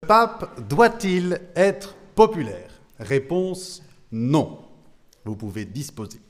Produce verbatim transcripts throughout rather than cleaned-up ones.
pape doit-il être populaire? Réponse non. Vous pouvez disposer.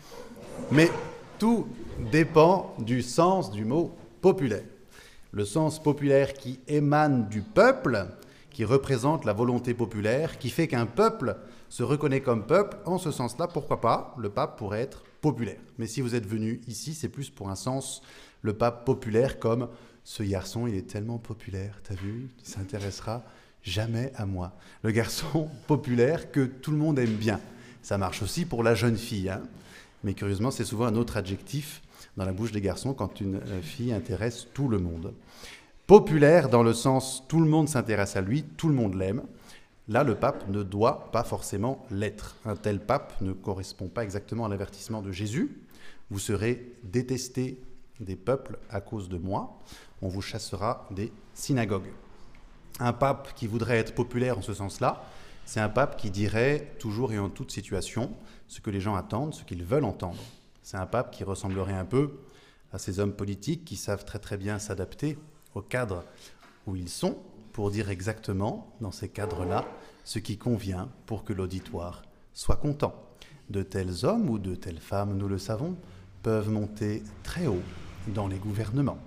Mais tout dépend du sens du mot populaire. Le sens populaire qui émane du peuple, qui représente la volonté populaire, qui fait qu'un peuple se reconnaît comme peuple, en ce sens-là, pourquoi pas, le pape pourrait être populaire. Mais si vous êtes venu ici, c'est plus pour un sens, le pape populaire comme « ce garçon, il est tellement populaire, t'as vu, il s'intéressera jamais à moi ». Le garçon populaire que tout le monde aime bien. Ça marche aussi pour la jeune fille, hein. Mais curieusement, c'est souvent un autre adjectif dans la bouche des garçons quand une fille intéresse tout le monde. Populaire dans le sens tout le monde s'intéresse à lui, tout le monde l'aime. Là, le pape ne doit pas forcément l'être. Un tel pape ne correspond pas exactement à l'avertissement de Jésus. Vous serez détestés des peuples à cause de moi. On vous chassera des synagogues. Un pape qui voudrait être populaire en ce sens-là, c'est un pape qui dirait toujours et en toute situation ce que les gens attendent, ce qu'ils veulent entendre. C'est un pape qui ressemblerait un peu à ces hommes politiques qui savent très très bien s'adapter au cadre où ils sont pour dire exactement, dans ces cadres-là, ce qui convient pour que l'auditoire soit content. De tels hommes ou de telles femmes, nous le savons, peuvent monter très haut dans les gouvernements.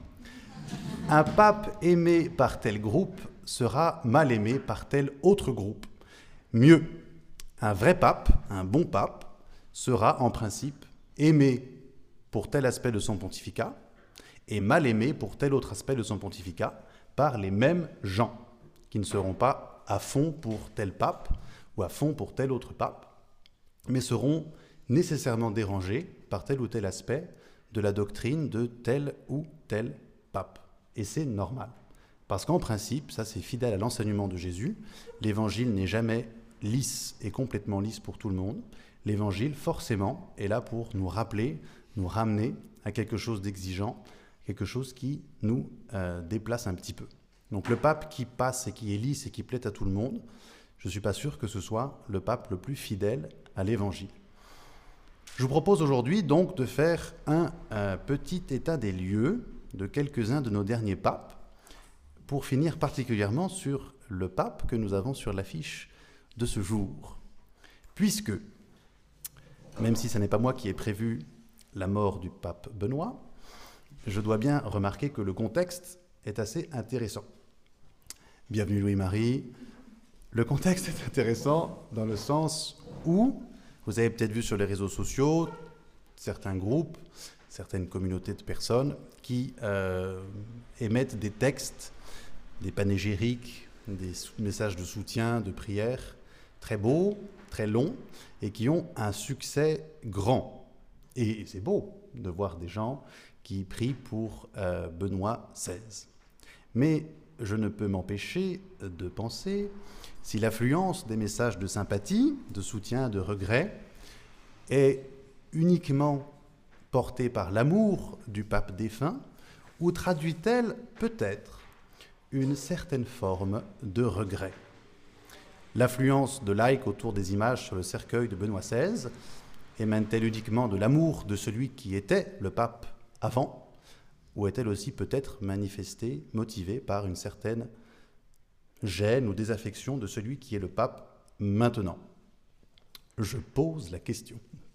Un pape aimé par tel groupe sera mal aimé par tel autre groupe. Mieux, un vrai pape, un bon pape, sera en principe aimé pour tel aspect de son pontificat et mal aimé pour tel autre aspect de son pontificat par les mêmes gens qui ne seront pas à fond pour tel pape ou à fond pour tel autre pape, mais seront nécessairement dérangés par tel ou tel aspect de la doctrine de tel ou tel pape. Et c'est normal. Parce qu'en principe, ça c'est fidèle à l'enseignement de Jésus, l'évangile n'est jamais lisse et complètement lisse pour tout le monde. L'évangile, forcément, est là pour nous rappeler, nous ramener à quelque chose d'exigeant, quelque chose qui nous euh, déplace un petit peu. Donc le pape qui passe et qui est lisse et qui plaît à tout le monde, je ne suis pas sûr que ce soit le pape le plus fidèle à l'évangile. Je vous propose aujourd'hui donc de faire un, un petit état des lieux de quelques-uns de nos derniers papes, pour finir particulièrement sur le pape que nous avons sur l'affiche de ce jour. Puisque, même si ce n'est pas moi qui ai prévu la mort du pape Benoît, je dois bien remarquer que le contexte est assez intéressant. Bienvenue Louis-Marie. Le contexte est intéressant dans le sens où, vous avez peut-être vu sur les réseaux sociaux, certains groupes, certaines communautés de personnes qui euh, émettent des textes, des panégyriques, des messages de soutien, de prière, très beaux, très longs, et qui ont un succès grand. Et c'est beau de voir des gens qui prient pour euh, Benoît seize. Mais je ne peux m'empêcher de penser, si l'affluence des messages de sympathie, de soutien, de regret, est uniquement portée par l'amour du pape défunt, ou traduit-elle peut-être une certaine forme de regret? L'affluence de likes autour des images sur le cercueil de Benoît seize émane-t-elle uniquement de l'amour de celui qui était le pape avant, ou est-elle aussi peut-être manifestée, motivée par une certaine gêne ou désaffection de celui qui est le pape maintenant? Je pose la question.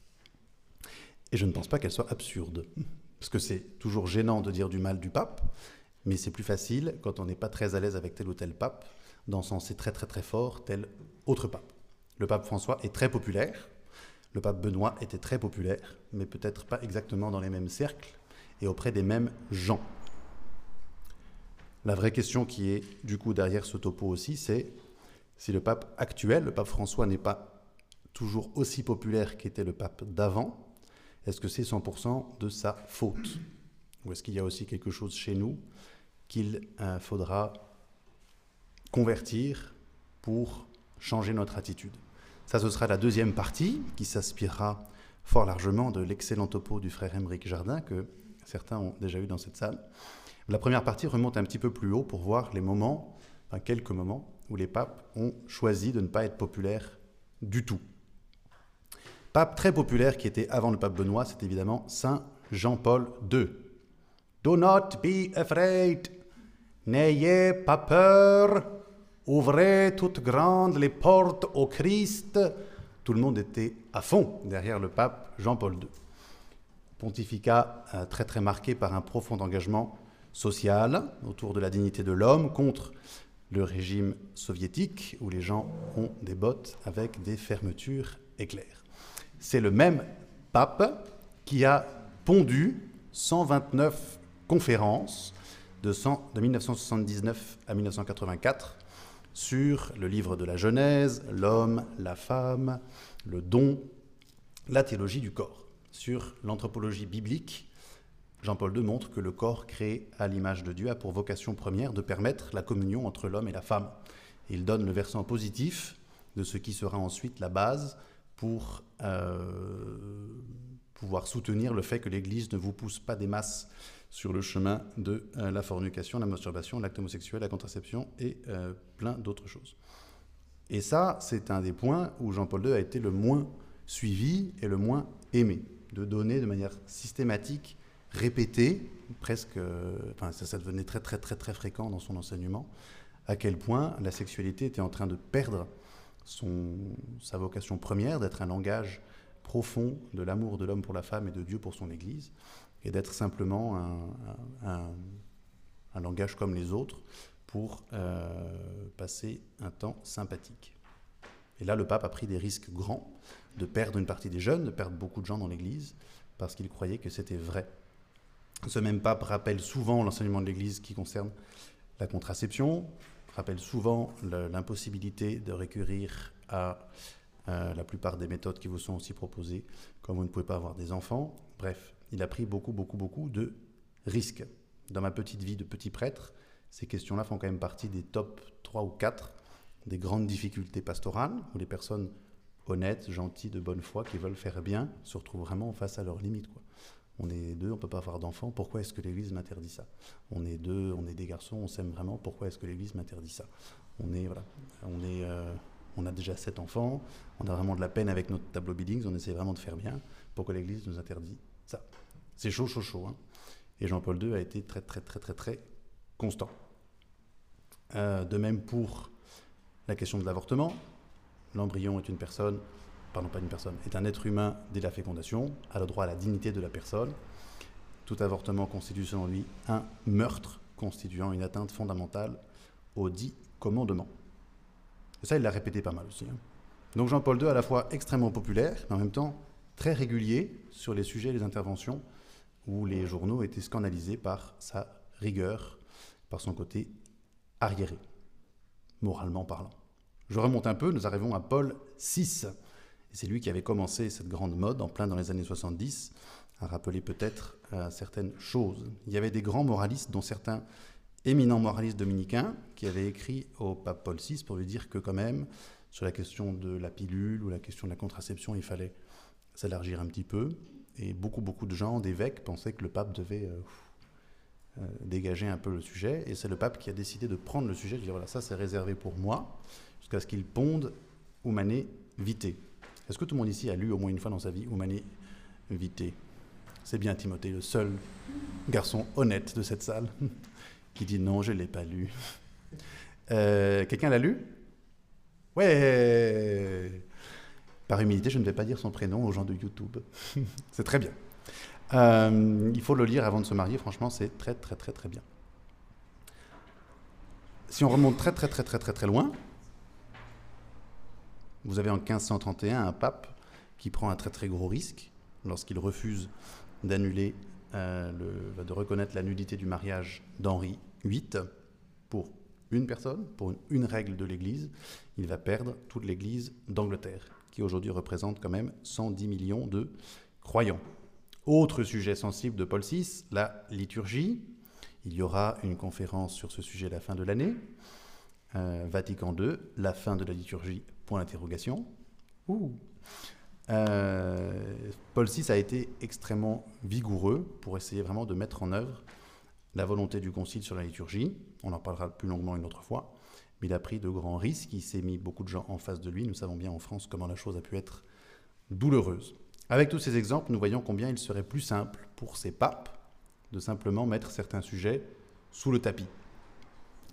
Et je ne pense pas qu'elle soit absurde, parce que c'est toujours gênant de dire du mal du pape, mais c'est plus facile quand on n'est pas très à l'aise avec tel ou tel pape, d'encenser très très très fort tel autre pape. Le pape François est très populaire, le pape Benoît était très populaire, mais peut-être pas exactement dans les mêmes cercles et auprès des mêmes gens. La vraie question qui est du coup derrière ce topo aussi, c'est si le pape actuel, le pape François, n'est pas toujours aussi populaire qu'était le pape d'avant, est-ce que c'est cent pour cent de sa faute? Ou est-ce qu'il y a aussi quelque chose chez nous qu'il euh, faudra convertir pour changer notre attitude? Ça, ce sera la deuxième partie qui s'inspirera fort largement de l'excellent topo du frère Aymeric Jardin que certains ont déjà eu dans cette salle. La première partie remonte un petit peu plus haut pour voir les moments, enfin quelques moments, où les papes ont choisi de ne pas être populaires du tout. Pape très populaire qui était avant le pape Benoît, c'est évidemment Saint Jean-Paul deux. Do not be afraid. N'ayez pas peur. ouvrez toutes grandes les portes au Christ. Tout le monde était à fond derrière le pape Jean-Paul deux. Pontificat euh, très très marqué par un profond engagement social autour de la dignité de l'homme contre le régime soviétique où les gens ont des bottes avec des fermetures éclairs. C'est le même pape qui a pondu cent vingt-neuf conférences de, cent, de mille neuf cent soixante-dix-neuf à mille neuf cent quatre-vingt-quatre sur le livre de la Genèse, l'homme, la femme, le don, la théologie du corps. Sur l'anthropologie biblique, Jean-Paul deux montre que le corps créé à l'image de Dieu a pour vocation première de permettre la communion entre l'homme et la femme. Il donne le versant positif de ce qui sera ensuite la base pour euh, pouvoir soutenir le fait que l'Église ne vous pousse pas des masses sur le chemin de euh, la fornication, la masturbation, l'acte homosexuel, la contraception et euh, plein d'autres choses. Et ça, c'est un des points où Jean-Paul deux a été le moins suivi et le moins aimé, de donner de manière systématique, répétée, presque, euh, enfin ça, ça devenait très très très très fréquent dans son enseignement, à quel point la sexualité était en train de perdre son, sa vocation première, d'être un langage profond de l'amour de l'homme pour la femme et de Dieu pour son Église, et d'être simplement un, un, un langage comme les autres pour euh, passer un temps sympathique. Et là, le pape a pris des risques grands de perdre une partie des jeunes, de perdre beaucoup de gens dans l'Église, parce qu'il croyait que c'était vrai. Ce même pape rappelle souvent l'enseignement de l'Église qui concerne la contraception, rappelle souvent le, l'impossibilité de recourir à euh, la plupart des méthodes qui vous sont aussi proposées, comme vous ne pouvez pas avoir des enfants. Bref, il a pris beaucoup, beaucoup, beaucoup de risques. Dans ma petite vie de petit prêtre, ces questions-là font quand même partie des top trois ou quatre des grandes difficultés pastorales, où les personnes honnêtes, gentilles, de bonne foi, qui veulent faire bien, se retrouvent vraiment face à leurs limites, quoi. On est deux, on ne peut pas avoir d'enfants, pourquoi est-ce que l'Église m'interdit ça? On est deux, on est des garçons, on s'aime vraiment, pourquoi est-ce que l'Église m'interdit ça? On est, voilà, on est, euh, on a déjà sept enfants, on a vraiment de la peine avec notre tableau Billings, on essaie vraiment de faire bien, pourquoi l'Église nous interdit ça? C'est chaud, chaud, chaud, hein. Et Jean-Paul deux a été très, très, très, très, très constant. Euh, de même pour la question de l'avortement. L'embryon est une personne, pardon, pas une personne, est un être humain dès la fécondation, a le droit à la dignité de la personne. Tout avortement constitue selon lui un meurtre constituant une atteinte fondamentale aux dix commandements. Et ça, il l'a répété pas mal aussi, hein. Donc Jean-Paul deux, à la fois extrêmement populaire, mais en même temps très régulier sur les sujets et les interventions où les journaux étaient scandalisés par sa rigueur, par son côté arriéré, moralement parlant. Je remonte un peu, nous arrivons à Paul six. Et c'est lui qui avait commencé cette grande mode, en plein dans les années soixante-dix, à rappeler peut-être euh, certaines choses. Il y avait des grands moralistes, dont certains éminents moralistes dominicains, qui avaient écrit au pape Paul six pour lui dire que quand même, sur la question de la pilule ou la question de la contraception, il fallait s'élargir un petit peu. Et beaucoup, beaucoup de gens, d'évêques, pensaient que le pape devait euh, euh, dégager un peu le sujet. Et c'est le pape qui a décidé de prendre le sujet, de dire voilà, ça c'est réservé pour moi, jusqu'à ce qu'il ponde Humanae Vitae. Est-ce que tout le monde ici a lu au moins une fois dans sa vie Humanae Vitae? C'est bien Timothée, le seul garçon honnête de cette salle, qui dit non, je ne l'ai pas lu. Euh, quelqu'un l'a lu? Ouais. Par humilité, je ne vais pas dire son prénom aux gens de YouTube. C'est très bien. Euh, il faut le lire avant de se marier, franchement, c'est très, très, très, très bien. Si on remonte très, très, très, très, très, très loin, vous avez en quinze cent trente et un un pape qui prend un très, très gros risque lorsqu'il refuse d'annuler, euh, le, de reconnaître la nudité du mariage d'Henri huit pour une personne, pour une, une règle de l'Église. Il va perdre toute l'Église d'Angleterre, qui aujourd'hui représente quand même cent dix millions de croyants. Autre sujet sensible de Paul six, la liturgie. Il y aura une conférence sur ce sujet à la fin de l'année. Euh, Vatican deux, la fin de la liturgie, point d'interrogation. Ouh. Euh, Paul six a été extrêmement vigoureux pour essayer vraiment de mettre en œuvre la volonté du Concile sur la liturgie. On en parlera plus longuement une autre fois. Mais il a pris de grands risques, il s'est mis beaucoup de gens en face de lui. Nous savons bien en France comment la chose a pu être douloureuse. Avec tous ces exemples, nous voyons combien il serait plus simple pour ces papes de simplement mettre certains sujets sous le tapis.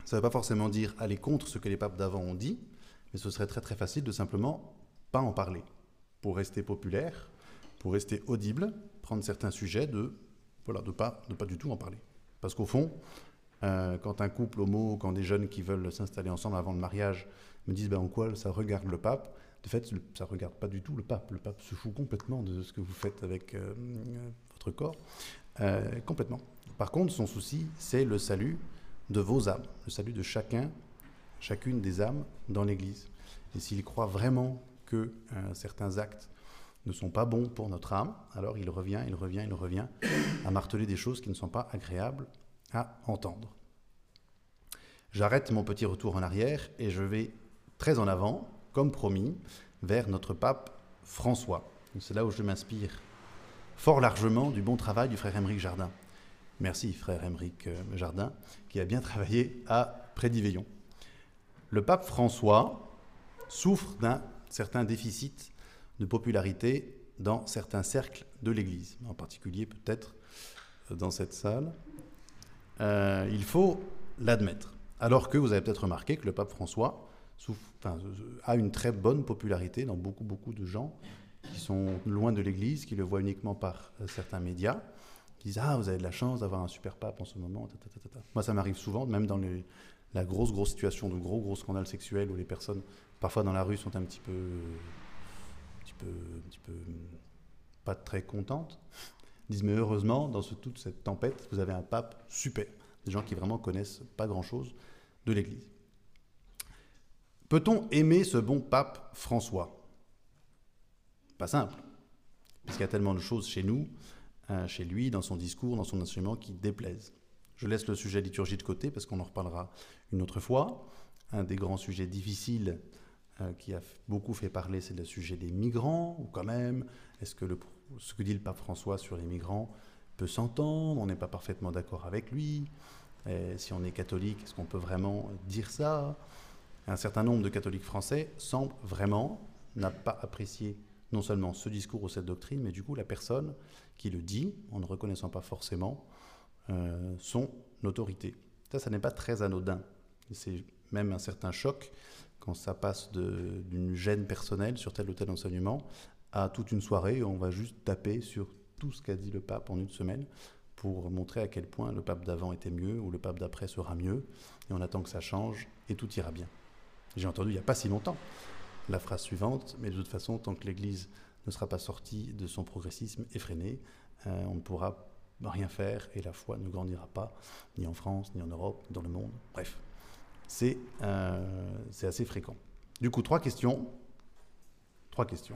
Ça ne veut pas forcément dire aller contre ce que les papes d'avant ont dit, mais ce serait très très facile de simplement pas en parler. Pour rester populaire, pour rester audible, prendre certains sujets, de voilà, de pas, de pas du tout en parler. Parce qu'au fond, euh, quand un couple homo, quand des jeunes qui veulent s'installer ensemble avant le mariage me disent ben, en quoi ça regarde le pape, de fait, ça ne regarde pas du tout le pape. Le pape se fout complètement de ce que vous faites avec euh, votre corps. Euh, complètement. Par contre, son souci, c'est le salut de vos âmes, le salut de chacun, chacune des âmes dans l'Église. Et s'il croit vraiment que euh, certains actes ne sont pas bons pour notre âme, alors il revient, il revient, il revient à marteler des choses qui ne sont pas agréables à entendre. J'arrête mon petit retour en arrière et je vais très en avant, comme promis, vers notre pape François. C'est là où je m'inspire fort largement du bon travail du frère Aymeric Jardin. Merci, frère Aymeric Jardin, qui a bien travaillé à Prédiveillon. Le pape François souffre d'un certain déficit de popularité dans certains cercles de l'Église, en particulier peut-être dans cette salle. Euh, il faut l'admettre. Alors que vous avez peut-être remarqué que le pape François souffre, enfin, a une très bonne popularité dans beaucoup, beaucoup de gens qui sont loin de l'Église, qui le voient uniquement par euh, certains médias, qui disent « Ah, vous avez de la chance d'avoir un super pape en ce moment. » Moi, ça m'arrive souvent, même dans les, la grosse, grosse situation de gros, gros scandales sexuels où les personnes, parfois dans la rue, sont un petit peu, un petit peu, un petit peu pas très contentes. Ils disent « Mais heureusement, dans ce, toute cette tempête, vous avez un pape super. » Des gens qui vraiment connaissent pas grand-chose de l'Église. Peut-on aimer ce bon pape François ? Pas simple, puisqu'il y a tellement de choses chez nous, euh, chez lui, dans son discours, dans son enseignement, qui déplaisent. Je laisse le sujet liturgie de côté, parce qu'on en reparlera une autre fois. Un des grands sujets difficiles euh, qui a beaucoup fait parler, c'est le sujet des migrants, ou quand même, est-ce que le, ce que dit le pape François sur les migrants peut s'entendre, on n'est pas parfaitement d'accord avec lui. Et si on est catholique, est-ce qu'on peut vraiment dire ça ? Un certain nombre de catholiques français semblent vraiment n'a pas apprécié non seulement ce discours ou cette doctrine, mais du coup la personne qui le dit, en ne reconnaissant pas forcément euh, son autorité. Ça, ça n'est pas très anodin. C'est même un certain choc quand ça passe de, d'une gêne personnelle sur tel ou tel enseignement à toute une soirée où on va juste taper sur tout ce qu'a dit le pape en une semaine pour montrer à quel point le pape d'avant était mieux ou le pape d'après sera mieux, et on attend que ça change et tout ira bien. J'ai entendu il n'y a pas si longtemps la phrase suivante, mais de toute façon, tant que l'Église ne sera pas sortie de son progressisme effréné, euh, on ne pourra rien faire et la foi ne grandira pas, ni en France, ni en Europe, ni dans le monde. Bref, c'est, euh, c'est assez fréquent. Du coup, trois questions. Trois questions.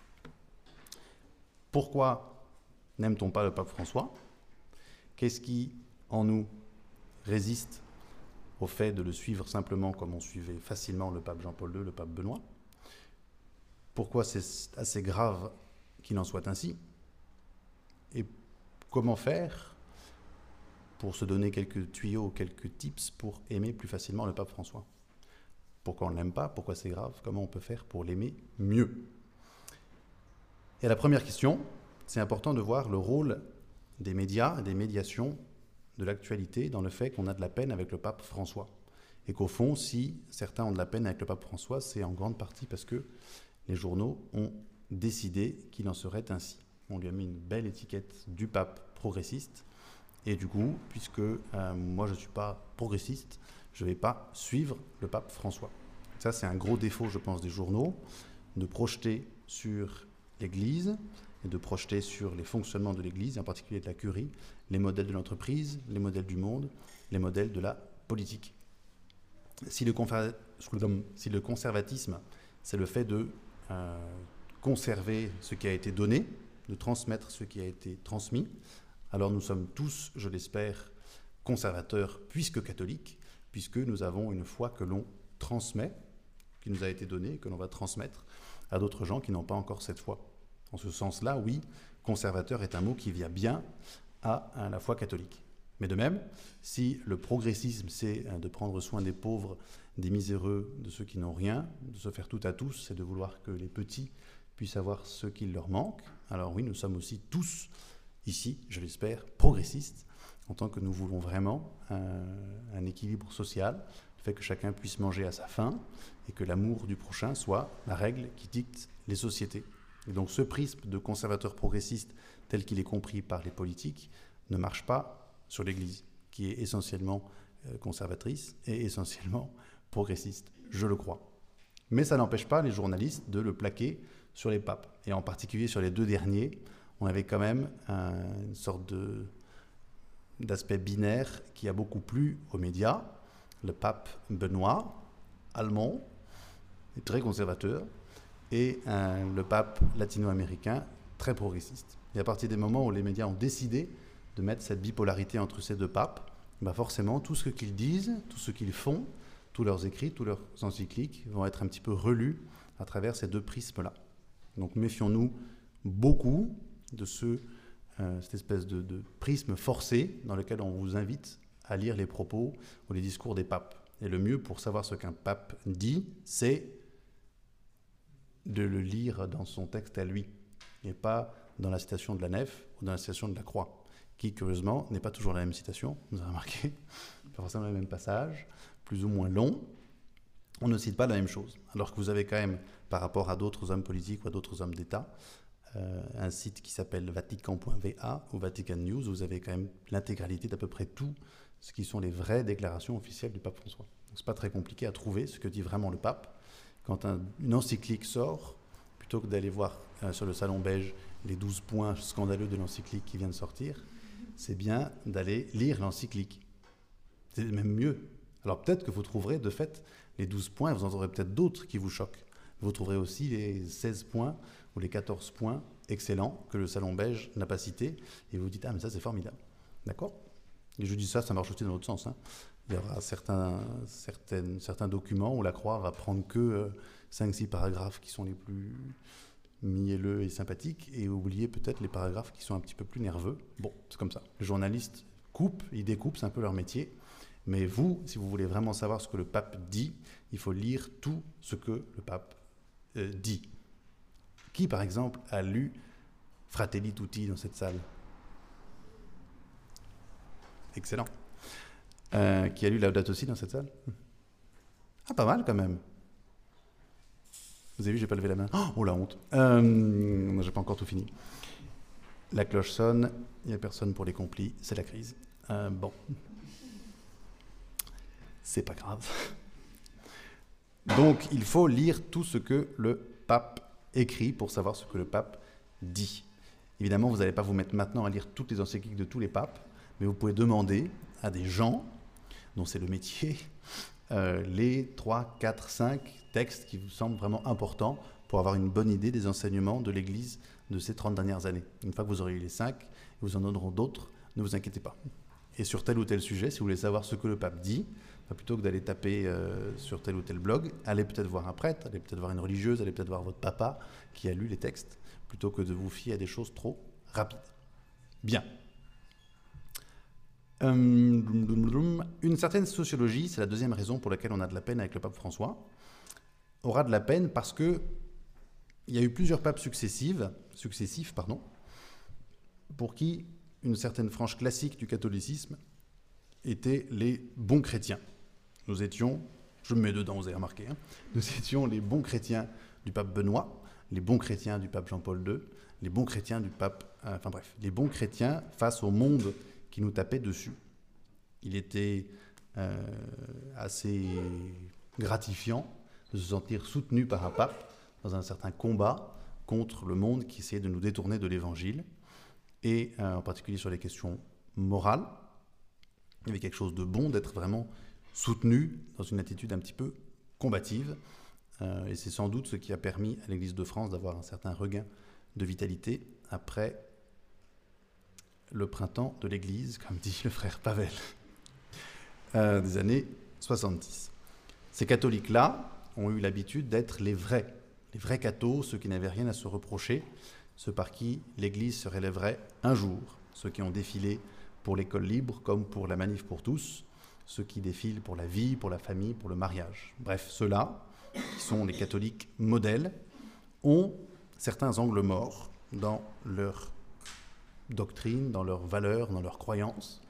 Pourquoi n'aime-t-on pas le pape François ? Qu'est-ce qui, en nous, résiste au fait de le suivre simplement comme on suivait facilement le pape Jean-Paul deux, le pape Benoît ? Pourquoi c'est assez grave qu'il en soit ainsi ? Et comment faire pour se donner quelques tuyaux, quelques tips pour aimer plus facilement le pape François ? Pourquoi on ne l'aime pas ? Pourquoi c'est grave ? Comment on peut faire pour l'aimer mieux ? Et la première question, c'est important de voir le rôle des médias et des médiations de l'actualité dans le fait qu'on a de la peine avec le pape François. Et qu'au fond, si certains ont de la peine avec le pape François, c'est en grande partie parce que les journaux ont décidé qu'il en serait ainsi. On lui a mis une belle étiquette du pape progressiste. Et du coup, puisque euh, moi je ne suis pas progressiste, je ne vais pas suivre le pape François. Ça, c'est un gros défaut, je pense, des journaux, de projeter sur l'Église et de projeter sur les fonctionnements de l'Église, en particulier de la curie, les modèles de l'entreprise, les modèles du monde, les modèles de la politique. Si le, confer... si le conservatisme, c'est le fait de euh, conserver ce qui a été donné, de transmettre ce qui a été transmis, alors nous sommes tous, je l'espère, conservateurs puisque catholiques, puisque nous avons une foi que l'on transmet, qui nous a été donnée, que l'on va transmettre à d'autres gens qui n'ont pas encore cette foi. En ce sens-là, oui, conservateur est un mot qui vient bien à, à la foi catholique. Mais de même, si le progressisme, c'est de prendre soin des pauvres, des miséreux, de ceux qui n'ont rien, de se faire tout à tous, c'est de vouloir que les petits puissent avoir ce qu'il leur manque, alors oui, nous sommes aussi tous, ici, je l'espère, progressistes, en tant que nous voulons vraiment un, un équilibre social, le fait que chacun puisse manger à sa faim et que l'amour du prochain soit la règle qui dicte les sociétés. Et donc ce prisme de conservateur progressiste tel qu'il est compris par les politiques ne marche pas sur l'Église, qui est essentiellement conservatrice et essentiellement progressiste, je le crois. Mais ça n'empêche pas les journalistes de le plaquer sur les papes. Et en particulier sur les deux derniers, on avait quand même un, une sorte de, d'aspect binaire qui a beaucoup plu aux médias. Le pape Benoît, allemand, est très conservateur, et un, le pape latino-américain, très progressiste. Et à partir des moments où les médias ont décidé de mettre cette bipolarité entre ces deux papes, bah forcément, tout ce qu'ils disent, tout ce qu'ils font, tous leurs écrits, tous leurs encycliques vont être un petit peu relus à travers ces deux prismes-là. Donc méfions-nous beaucoup de ce, euh, cette espèce de, de prisme forcé dans lequel on vous invite à lire les propos ou les discours des papes. Et le mieux pour savoir ce qu'un pape dit, c'est de le lire dans son texte à lui, et pas dans la citation de la nef ou dans la citation de la croix, qui, curieusement, n'est pas toujours la même citation, vous avez remarqué, pas forcément le même passage, plus ou moins long, on ne cite pas la même chose. Alors que vous avez quand même, par rapport à d'autres hommes politiques ou à d'autres hommes d'État, euh, un site qui s'appelle vatican point v a ou Vatican News, vous avez quand même l'intégralité d'à peu près tout ce qui sont les vraies déclarations officielles du pape François. Donc, c'est pas très compliqué à trouver ce que dit vraiment le pape. Quand un, une encyclique sort, plutôt que d'aller voir euh, sur le salon beige les douze points scandaleux de l'encyclique qui vient de sortir, c'est bien d'aller lire l'encyclique. C'est même mieux. Alors peut-être que vous trouverez de fait les douze points, et vous en aurez peut-être d'autres qui vous choquent. Vous trouverez aussi les seize points ou les quatorze points excellents que le salon belge n'a pas cités, et vous vous dites « Ah, mais ça c'est formidable ». D'accord ? Et je dis ça, ça marche aussi dans l'autre sens. Hein. Il y aura certains, certaines, certains documents où la Croix va prendre que euh, cinq six paragraphes qui sont les plus mielleux et sympathiques, et oublier peut-être les paragraphes qui sont un petit peu plus nerveux. Bon, c'est comme ça. Les journalistes coupent, ils découpent, c'est un peu leur métier. Mais vous, si vous voulez vraiment savoir ce que le pape dit, il faut lire tout ce que le pape euh, dit. Qui, par exemple, a lu Fratelli Tutti dans cette salle ? Excellent. Euh, qui a lu Laudato Si dans cette salle ? Ah, pas mal quand même. Vous avez vu, j'ai pas levé la main. Oh, la honte. Euh, j'ai pas encore tout fini. La cloche sonne, il n'y a personne pour les complis, c'est la crise. Euh, bon. C'est pas grave. Donc, il faut lire tout ce que le pape écrit pour savoir ce que le pape dit. Évidemment, vous n'allez pas vous mettre maintenant à lire toutes les encycliques de tous les papes, mais vous pouvez demander à des gens, dont c'est le métier, euh, les trois, quatre, cinq textes qui vous semblent vraiment importants pour avoir une bonne idée des enseignements de l'Église de ces trente dernières années. Une fois que vous aurez eu les cinq, vous en donneront d'autres, ne vous inquiétez pas. Et sur tel ou tel sujet, si vous voulez savoir ce que le pape dit, plutôt que d'aller taper euh, sur tel ou tel blog, allez peut-être voir un prêtre, allez peut-être voir une religieuse, allez peut-être voir votre papa qui a lu les textes, plutôt que de vous fier à des choses trop rapides. Bien. Euh, une certaine sociologie, c'est la deuxième raison pour laquelle on a de la peine avec le pape François, aura de la peine parce que il y a eu plusieurs papes successifs, successifs pardon, pour qui une certaine frange classique du catholicisme étaient les bons chrétiens. Nous étions, je me mets dedans, vous avez remarqué, hein, nous étions les bons chrétiens du pape Benoît, les bons chrétiens du pape Jean-Paul deux, les bons chrétiens du pape... Euh, enfin bref, les bons chrétiens face au monde qui nous tapait dessus. Il était euh, assez gratifiant de se sentir soutenu par un pape dans un certain combat contre le monde qui essayait de nous détourner de l'Évangile, et euh, en particulier sur les questions morales. Il y avait quelque chose de bon d'être vraiment soutenu dans une attitude un petit peu combative. Euh, et c'est sans doute ce qui a permis à l'Église de France d'avoir un certain regain de vitalité après le printemps de l'Église, comme dit le frère Pavel, euh, des années soixante-dix. Ces catholiques-là ont eu l'habitude d'être les vrais, les vrais cathos, ceux qui n'avaient rien à se reprocher, ceux par qui l'Église se relèverait un jour, ceux qui ont défilé pour l'école libre comme pour la manif pour tous, ceux qui défilent pour la vie, pour la famille, pour le mariage. Bref, ceux-là, qui sont les catholiques modèles, ont certains angles morts dans leur doctrine, dans leurs valeurs, dans leurs croyances,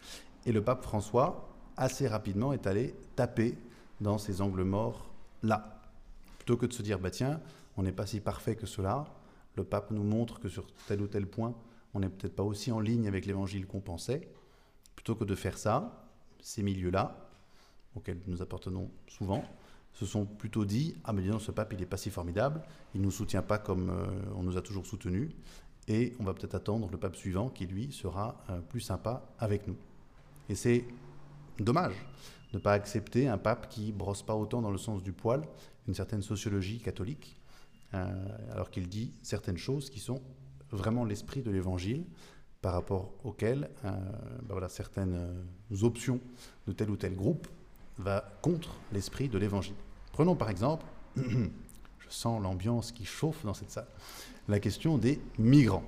Et le pape François, assez rapidement, est allé taper dans ces angles morts-là. Plutôt que de se dire, bah tiens, on n'est pas si parfait que cela, le pape nous montre que sur tel ou tel point, on n'est peut-être pas aussi en ligne avec l'évangile qu'on pensait. Plutôt que de faire ça, ces milieux-là, auxquels nous appartenons souvent, se sont plutôt dit, ah mais disons, ce pape, il n'est pas si formidable, il ne nous soutient pas comme euh, on nous a toujours soutenus, et on va peut-être attendre le pape suivant qui, lui, sera euh, plus sympa avec nous. Et c'est dommage de ne pas accepter un pape qui brosse pas autant dans le sens du poil une certaine sociologie catholique, euh, alors qu'il dit certaines choses qui sont vraiment l'esprit de l'évangile, par rapport auxquelles euh, ben voilà, certaines euh, options de tel ou tel groupe va contre l'esprit de l'évangile. Prenons par exemple, je sens l'ambiance qui chauffe dans cette salle, la question des migrants.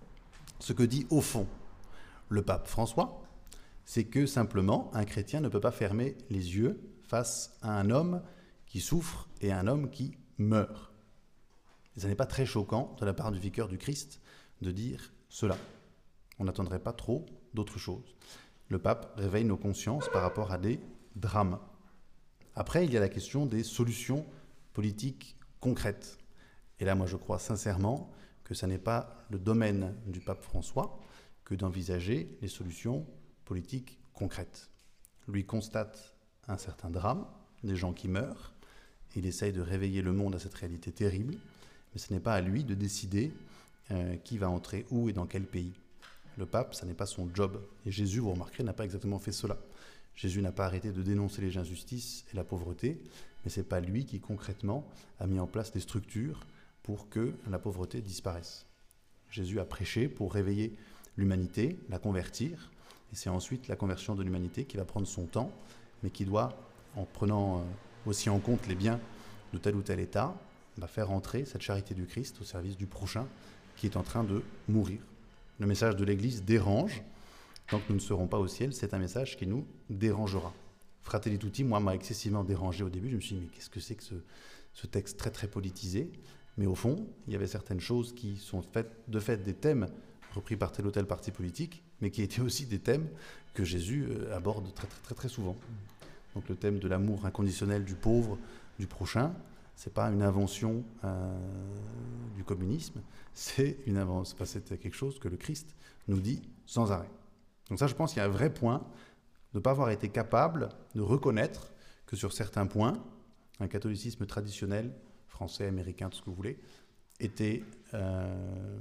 Ce que dit au fond le pape François, c'est que simplement un chrétien ne peut pas fermer les yeux face à un homme qui souffre et à un homme qui meurt. Et ce n'est pas très choquant de la part du vicaire du Christ de dire cela. On n'attendrait pas trop d'autre chose. Le pape réveille nos consciences par rapport à des drames. Après, il y a la question des solutions politiques concrètes. Et là, moi, je crois sincèrement que ce n'est pas le domaine du pape François que d'envisager les solutions politiques concrètes. Lui constate un certain drame, des gens qui meurent, il essaye de réveiller le monde à cette réalité terrible, mais ce n'est pas à lui de décider euh, qui va entrer où et dans quel pays. Le pape, ça n'est pas son job. Et Jésus, vous remarquerez, n'a pas exactement fait cela. Jésus n'a pas arrêté de dénoncer les injustices et la pauvreté, mais ce n'est pas lui qui, concrètement, a mis en place des structures pour que la pauvreté disparaisse. Jésus a prêché pour réveiller l'humanité, la convertir, et c'est ensuite la conversion de l'humanité qui va prendre son temps, mais qui doit, en prenant aussi en compte les biens de tel ou tel État, va faire entrer cette charité du Christ au service du prochain qui est en train de mourir. Le message de l'Église dérange. Tant que nous ne serons pas au ciel, c'est un message qui nous dérangera. Fratelli Tutti, moi, m'a excessivement dérangé au début. Je me suis dit, mais qu'est-ce que c'est que ce, ce texte très, très politisé? Mais au fond, il y avait certaines choses qui sont faites, de fait des thèmes repris par tel ou tel parti politique, mais qui étaient aussi des thèmes que Jésus aborde très, très, très, très souvent. Donc le thème de l'amour inconditionnel du pauvre, du prochain, ce n'est pas une invention euh, du communisme, c'est une invention, c'est quelque chose que le Christ nous dit sans arrêt. Donc ça, je pense qu'il y a un vrai point de ne pas avoir été capable de reconnaître que sur certains points, un catholicisme traditionnel, français, américain, tout ce que vous voulez, était euh,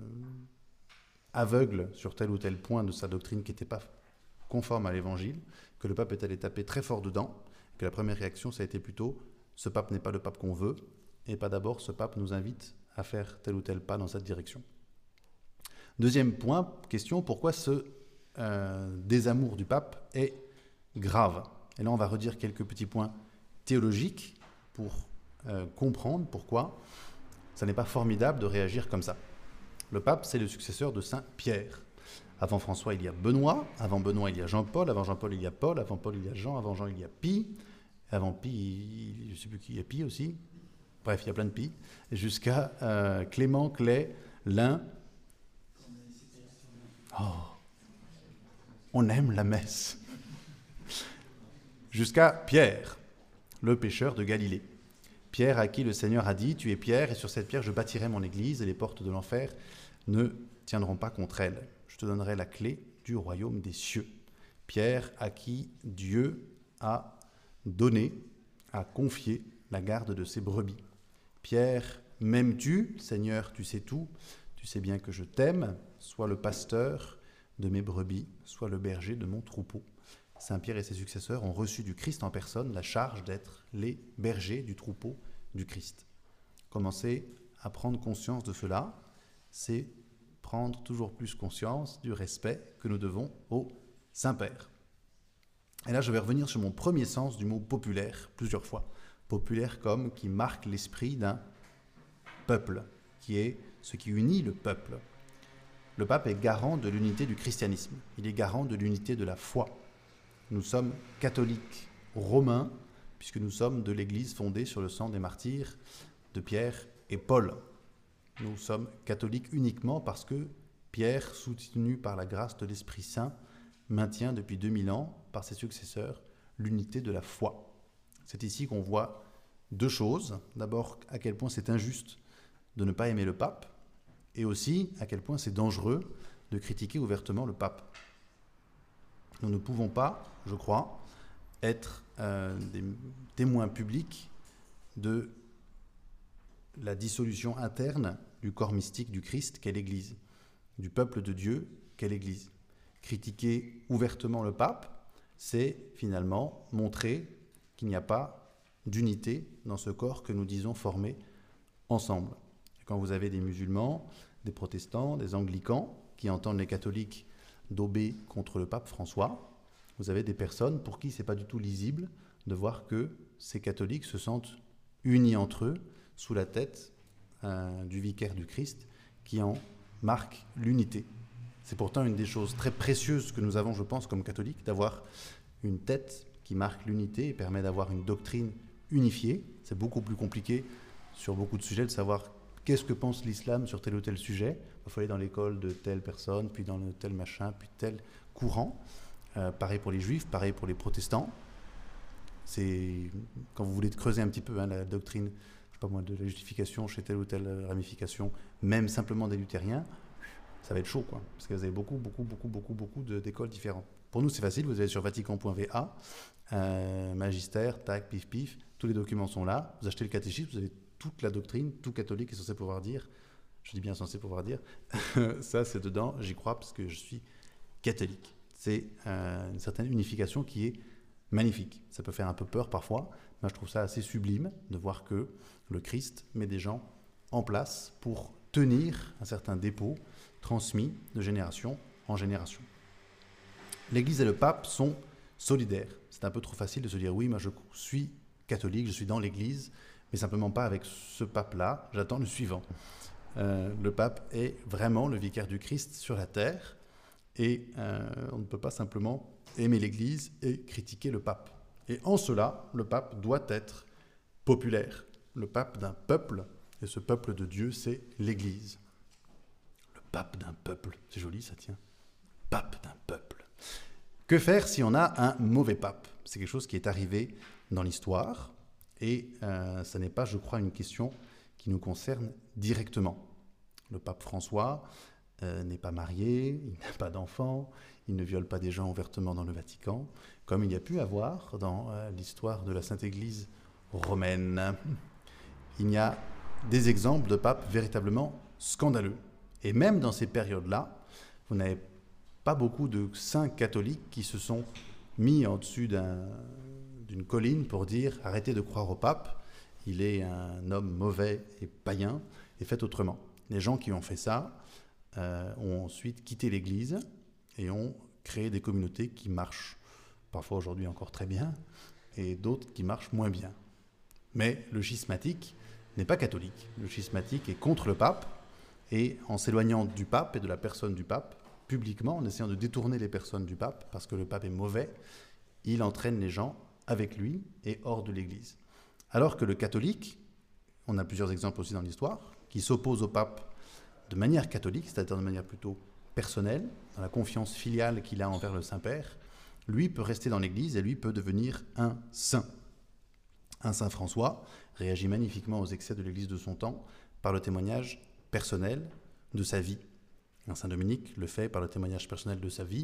aveugle sur tel ou tel point de sa doctrine qui n'était pas conforme à l'évangile, que le pape est allé taper très fort dedans, que la première réaction, ça a été plutôt « ce pape n'est pas le pape qu'on veut », et pas d'abord « ce pape nous invite à faire tel ou tel pas dans cette direction ». Deuxième point, question, pourquoi ce euh, désamour du pape est grave? Et là, on va redire quelques petits points théologiques pour euh, comprendre pourquoi ça n'est pas formidable de réagir comme ça. Le pape, c'est le successeur de Saint Pierre. Avant François, il y a Benoît. Avant Benoît, il y a Jean-Paul. Avant Jean-Paul, il y a Paul. Avant Paul, il y a Jean. Avant Jean, il y a Pie. Avant Pie, il, je ne sais plus qui, il y a Pie aussi. Bref, il y a plein de Pie. Jusqu'à euh, Clément, Clay, Lin. Oh, on aime la messe. Jusqu'à Pierre, le pécheur de Galilée. Pierre à qui le Seigneur a dit « Tu es Pierre, et sur cette pierre je bâtirai mon église, et les portes de l'enfer ne tiendront pas contre elle. Je te donnerai la clé du royaume des cieux. » Pierre à qui Dieu a donné, a confié la garde de ses brebis. Pierre, m'aimes-tu? Seigneur, tu sais tout. Tu sais bien que je t'aime. Sois le pasteur de mes brebis, sois le berger de mon troupeau. Saint Pierre et ses successeurs ont reçu du Christ en personne la charge d'être les bergers du troupeau du Christ. Commencer à prendre conscience de cela, c'est prendre toujours plus conscience du respect que nous devons au Saint-Père. Et là, je vais revenir sur mon premier sens du mot populaire, plusieurs fois. Populaire comme qui marque l'esprit d'un peuple, qui est ce qui unit le peuple. Le pape est garant de l'unité du christianisme. Il est garant de l'unité de la foi. Nous sommes catholiques romains, puisque nous sommes de l'Église fondée sur le sang des martyrs de Pierre et Paul. Nous sommes catholiques uniquement parce que Pierre, soutenu par la grâce de l'Esprit Saint, maintient depuis deux mille ans par ses successeurs l'unité de la foi. C'est ici qu'on voit deux choses. D'abord, à quel point c'est injuste de ne pas aimer le pape, et aussi à quel point c'est dangereux de critiquer ouvertement le pape. Nous ne pouvons pas, je crois, être euh, des témoins publics de la dissolution interne du corps mystique du Christ qu'est l'Église, du peuple de Dieu qu'est l'Église. Critiquer ouvertement le pape, c'est finalement montrer qu'il n'y a pas d'unité dans ce corps que nous disons former ensemble. Et quand vous avez des musulmans, des protestants, des anglicans qui entendent les catholiques dauber contre le pape François, vous avez des personnes pour qui ce n'est pas du tout lisible de voir que ces catholiques se sentent unis entre eux sous la tête euh, du vicaire du Christ qui en marque l'unité. C'est pourtant une des choses très précieuses que nous avons, je pense, comme catholiques, d'avoir une tête qui marque l'unité et permet d'avoir une doctrine unifiée. C'est beaucoup plus compliqué sur beaucoup de sujets de savoir qu'est-ce que pense l'islam sur tel ou tel sujet. Il faut aller dans l'école de telle personne, puis dans le tel machin, puis tel courant. Euh, pareil pour les juifs, pareil pour les protestants. C'est quand vous voulez creuser un petit peu hein, la doctrine, je sais pas moi, de la justification chez telle ou telle ramification, même simplement des luthériens, ça va être chaud, quoi, parce que vous avez beaucoup, beaucoup, beaucoup, beaucoup, beaucoup de, d'écoles différentes. Pour nous, c'est facile, vous allez sur vatican point v a, euh, magistère, tac, pif, pif, tous les documents sont là, vous achetez le catéchisme, vous avez toute la doctrine, tout catholique est censé pouvoir dire, je dis bien censé pouvoir dire, ça c'est dedans, j'y crois parce que je suis catholique. C'est euh, une certaine unification qui est magnifique. Ça peut faire un peu peur parfois, mais je trouve ça assez sublime de voir que le Christ met des gens en place pour tenir un certain dépôt transmis de génération en génération. L'Église et le pape sont solidaires. C'est un peu trop facile de se dire oui, moi je suis catholique, je suis dans l'Église, mais simplement pas avec ce pape-là, j'attends le suivant. Euh, le pape est vraiment le vicaire du Christ sur la terre, et euh, on ne peut pas simplement aimer l'Église et critiquer le pape. Et en cela, le pape doit être populaire, le pape d'un peuple, et ce peuple de Dieu, c'est l'Église. Le pape d'un peuple, c'est joli ça tient, pape d'un peuple. Que faire si on a un mauvais pape? C'est quelque chose qui est arrivé dans l'histoire, et euh, ça n'est pas, je crois, une question qui nous concerne directement. Le pape François euh, n'est pas marié, il n'a pas d'enfants, il ne viole pas des gens ouvertement dans le Vatican, comme il y a pu avoir dans euh, l'histoire de la Sainte Église romaine. Il y a des exemples de papes véritablement scandaleux. Et même dans ces périodes-là, vous n'avez pas beaucoup de saints catholiques qui se sont mis en dessus d'un, d'une colline pour dire « arrêtez de croire au pape, il est un homme mauvais et païen, et faites autrement ». Les gens qui ont fait ça euh, ont ensuite quitté l'Église et ont créé des communautés qui marchent parfois aujourd'hui encore très bien, et d'autres qui marchent moins bien. Mais le schismatique n'est pas catholique. Le schismatique est contre le pape, et en s'éloignant du pape et de la personne du pape, publiquement, en essayant de détourner les personnes du pape, parce que le pape est mauvais, il entraîne les gens avec lui et hors de l'Église. Alors que le catholique, on a plusieurs exemples aussi dans l'histoire, qui s'oppose au pape de manière catholique, c'est-à-dire de manière plutôt personnelle, dans la confiance filiale qu'il a envers le Saint-Père, lui peut rester dans l'Église et lui peut devenir un saint. Un saint François réagit magnifiquement aux excès de l'Église de son temps par le témoignage personnel de sa vie. Un saint Dominique le fait par le témoignage personnel de sa vie,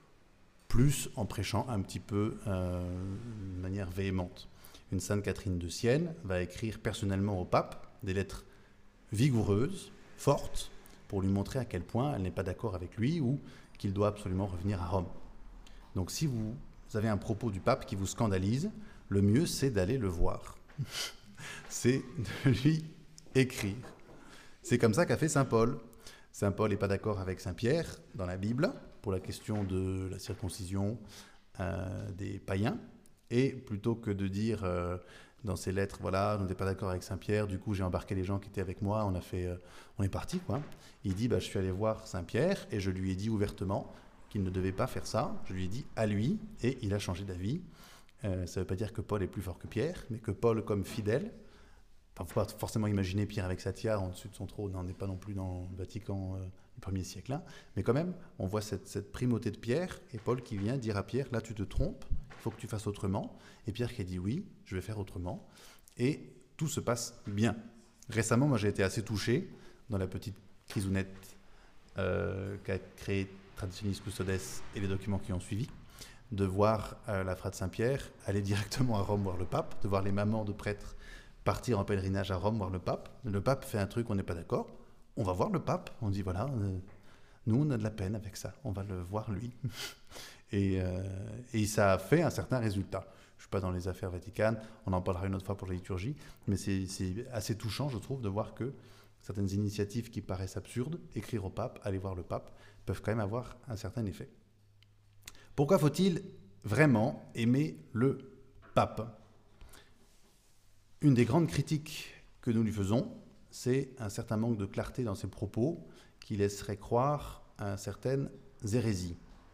plus en prêchant un petit peu euh, de manière véhémente. Une sainte Catherine de Sienne va écrire personnellement au pape des lettres vigoureuses, fortes, pour lui montrer à quel point elle n'est pas d'accord avec lui ou qu'il doit absolument revenir à Rome. Donc si vous avez un propos du pape qui vous scandalise, le mieux c'est d'aller le voir. C'est de lui écrire. C'est comme ça qu'a fait saint Paul. Saint Paul n'est pas d'accord avec saint Pierre dans la Bible pour la question de la circoncision euh, des païens. Et plutôt que de dire euh, dans ses lettres, voilà, on n'était pas d'accord avec saint Pierre, du coup j'ai embarqué les gens qui étaient avec moi, on a fait, euh, on est parti, quoi. Il dit, bah, je suis allé voir saint Pierre et je lui ai dit ouvertement qu'il ne devait pas faire ça. Je lui ai dit à lui et il a changé d'avis. Euh, ça ne veut pas dire que Paul est plus fort que Pierre, mais que Paul, comme fidèle, Enfin, il ne faut pas forcément imaginer Pierre avec sa tiare en dessus de son trône, on n'est pas non plus dans le Vatican euh, du premier siècle. Hein. Mais quand même, on voit cette, cette primauté de Pierre, et Paul qui vient dire à Pierre, là tu te trompes, il faut que tu fasses autrement. Et Pierre qui dit oui, je vais faire autrement. Et tout se passe bien. Récemment, moi j'ai été assez touché dans la petite crisounette euh, qu'a créée Traditionis Custodes et les documents qui ont suivi, de voir euh, la Frate Saint-Pierre aller directement à Rome voir le pape, de voir les mamans de prêtres partir en pèlerinage à Rome voir le pape. Le pape fait un truc, on n'est pas d'accord, on va voir le pape, on dit voilà, euh, nous on a de la peine avec ça, on va le voir lui. et, euh, et ça a fait un certain résultat. Je ne suis pas dans les affaires vaticanes, on en parlera une autre fois pour la liturgie, mais c'est, c'est assez touchant, je trouve, de voir que certaines initiatives qui paraissent absurdes, écrire au pape, aller voir le pape, peuvent quand même avoir un certain effet. Pourquoi faut-il vraiment aimer le pape ? Une des grandes critiques que nous lui faisons, c'est un certain manque de clarté dans ses propos qui laisserait croire à certaines hérésies.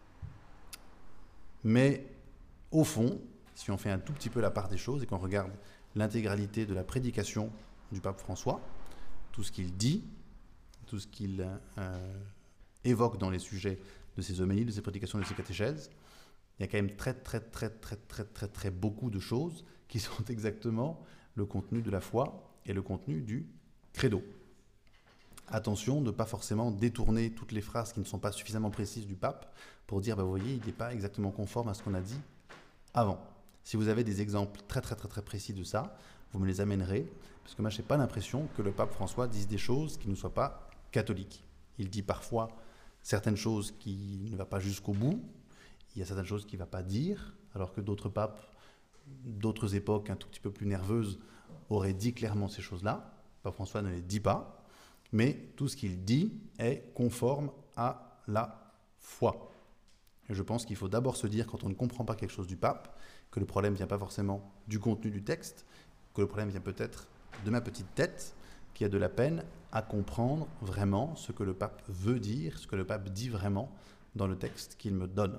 Mais au fond, si on fait un tout petit peu la part des choses et qu'on regarde l'intégralité de la prédication du pape François, tout ce qu'il dit, tout ce qu'il euh, évoque dans les sujets de ses homélies, de ses prédications, de ses catéchèses, il y a quand même très très très très très très très beaucoup de choses qui sont exactement le contenu de la foi et le contenu du credo. Attention de ne pas forcément détourner toutes les phrases qui ne sont pas suffisamment précises du pape pour dire, bah, vous voyez, il n'est pas exactement conforme à ce qu'on a dit avant. Si vous avez des exemples très très très très précis de ça, vous me les amènerez, parce que moi je n'ai pas l'impression que le pape François dise des choses qui ne soient pas catholiques. Il dit parfois certaines choses qui ne vont pas jusqu'au bout, il y a certaines choses qu'il ne va pas dire, alors que d'autres papes, d'autres époques un tout petit peu plus nerveuses, auraient dit clairement ces choses-là. Pape François ne les dit pas, mais tout ce qu'il dit est conforme à la foi. Et je pense qu'il faut d'abord se dire, quand on ne comprend pas quelque chose du pape, que le problème ne vient pas forcément du contenu du texte, que le problème vient peut-être de ma petite tête, qui a de la peine à comprendre vraiment ce que le pape veut dire, ce que le pape dit vraiment dans le texte qu'il me donne.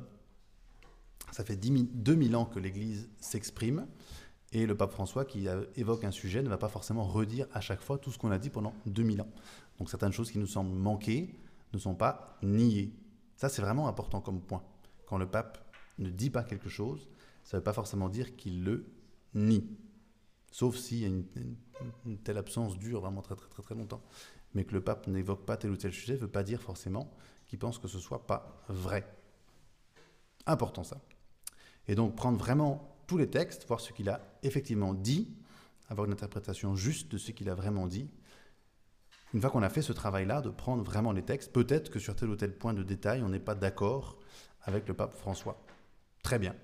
Ça fait deux mille ans que l'Église s'exprime, et le pape François, qui évoque un sujet, ne va pas forcément redire à chaque fois tout ce qu'on a dit pendant deux mille ans. Donc certaines choses qui nous semblent manquer ne sont pas niées. Ça, c'est vraiment important comme point. Quand le pape ne dit pas quelque chose, ça ne veut pas forcément dire qu'il le nie. Sauf s'il y a une, une, une telle absence dure vraiment très très très très longtemps. Mais que le pape n'évoque pas tel ou tel sujet ne veut pas dire forcément qu'il pense que ce ne soit pas vrai. Important ça. Et donc prendre vraiment tous les textes, voir ce qu'il a effectivement dit, avoir une interprétation juste de ce qu'il a vraiment dit. Une fois qu'on a fait ce travail-là, de prendre vraiment les textes, peut-être que sur tel ou tel point de détail, on n'est pas d'accord avec le pape François. Très bien.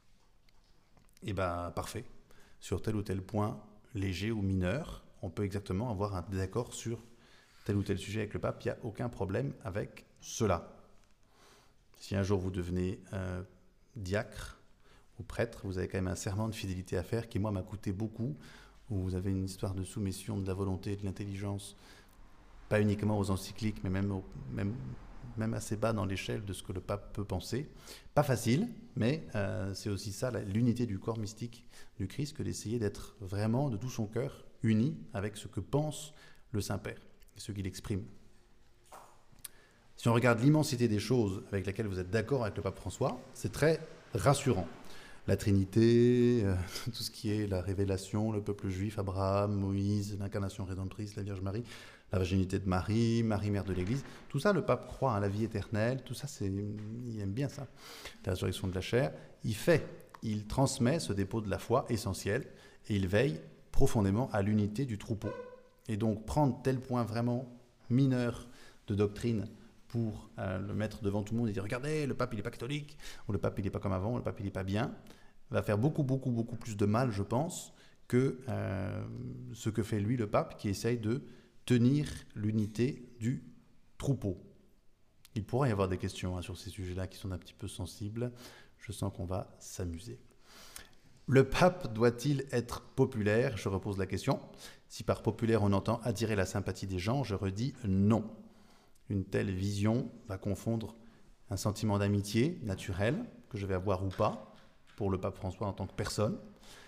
Et bien, parfait. Sur tel ou tel point léger ou mineur, on peut exactement avoir un désaccord sur tel ou tel sujet avec le pape. Il n'y a aucun problème avec cela. Si un jour vous devenez euh, diacre ou prêtre, vous avez quand même un serment de fidélité à faire qui, moi, m'a coûté beaucoup, où vous avez une histoire de soumission de la volonté et de l'intelligence, pas uniquement aux encycliques, mais même, au, même, même assez bas dans l'échelle de ce que le pape peut penser. Pas facile, mais euh, c'est aussi ça, la, l'unité du corps mystique du Christ, que d'essayer d'être vraiment, de tout son cœur, uni avec ce que pense le Saint-Père et ce qu'il exprime. Si on regarde l'immensité des choses avec lesquelles vous êtes d'accord avec le pape François, c'est très rassurant. La Trinité, euh, tout ce qui est la révélation, le peuple juif, Abraham, Moïse, l'incarnation rédemptrice, la Vierge Marie, la virginité de Marie, Marie mère de l'Église, tout ça, le pape croit à la vie éternelle, tout ça, c'est, il aime bien ça, la résurrection de la chair. Il fait, il transmet ce dépôt de la foi essentiel et il veille profondément à l'unité du troupeau. Et donc prendre tel point vraiment mineur de doctrine pour euh, le mettre devant tout le monde et dire « Regardez, le pape, il n'est pas catholique, ou le pape, il n'est pas comme avant, ou le pape, il n'est pas bien », va faire beaucoup, beaucoup, beaucoup plus de mal, je pense, que euh, ce que fait lui, le pape, qui essaye de tenir l'unité du troupeau. Il pourra y avoir des questions hein, sur ces sujets-là qui sont un petit peu sensibles. Je sens qu'on va s'amuser. Le pape doit-il être populaire ? Je repose la question. Si par populaire, on entend attirer la sympathie des gens, je redis non. Une telle vision va confondre un sentiment d'amitié naturel, que je vais avoir ou pas, pour le pape François en tant que personne,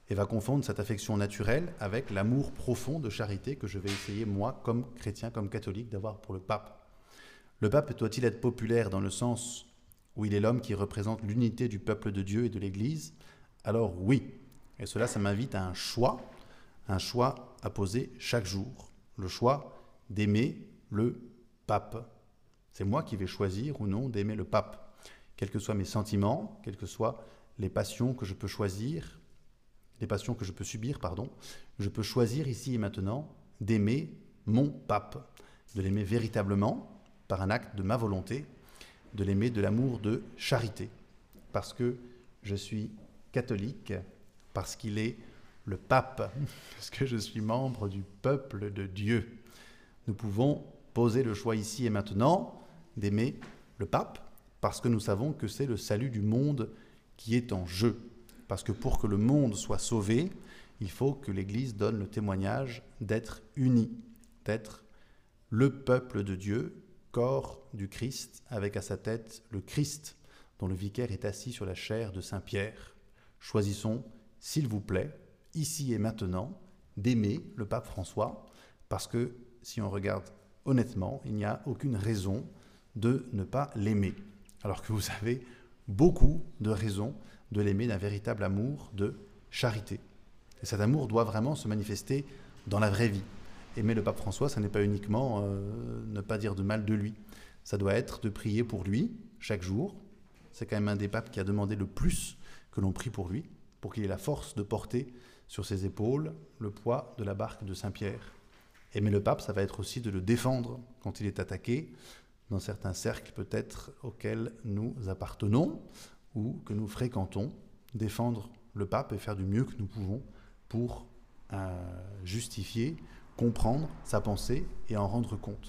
et va confondre cette affection naturelle avec l'amour profond de charité que je vais essayer, moi, comme chrétien, comme catholique, d'avoir pour le pape. Le pape doit-il être populaire dans le sens où il est l'homme qui représente l'unité du peuple de Dieu et de l'Église? Alors oui, et cela, ça m'invite à un choix, un choix à poser chaque jour, le choix d'aimer le pape. C'est moi qui vais choisir ou non d'aimer le pape, quels que soient mes sentiments, quelles que soient les passions que je peux choisir, les passions que je peux subir, pardon, je peux choisir ici et maintenant d'aimer mon pape, de l'aimer véritablement par un acte de ma volonté, de l'aimer de l'amour de charité, parce que je suis catholique, parce qu'il est le pape, parce que je suis membre du peuple de Dieu. Nous pouvons poser le choix ici et maintenant d'aimer le pape, parce que nous savons que c'est le salut du monde qui est en jeu. Parce que pour que le monde soit sauvé, il faut que l'Église donne le témoignage d'être unie, d'être le peuple de Dieu, corps du Christ, avec à sa tête le Christ, dont le vicaire est assis sur la chaire de Saint-Pierre. Choisissons, s'il vous plaît, ici et maintenant, d'aimer le pape François, parce que si on regarde honnêtement, il n'y a aucune raison de ne pas l'aimer, alors que vous avez beaucoup de raisons de l'aimer d'un véritable amour de charité. Et cet amour doit vraiment se manifester dans la vraie vie. Aimer le pape François, ça n'est pas uniquement euh, ne pas dire de mal de lui. Ça doit être de prier pour lui chaque jour. C'est quand même un des papes qui a demandé le plus que l'on prie pour lui, pour qu'il ait la force de porter sur ses épaules le poids de la barque de Saint-Pierre. Aimer le pape, ça va être aussi de le défendre quand il est attaqué, dans certains cercles peut-être auxquels nous appartenons, ou que nous fréquentons, défendre le pape et faire du mieux que nous pouvons pour euh, justifier, comprendre sa pensée et en rendre compte.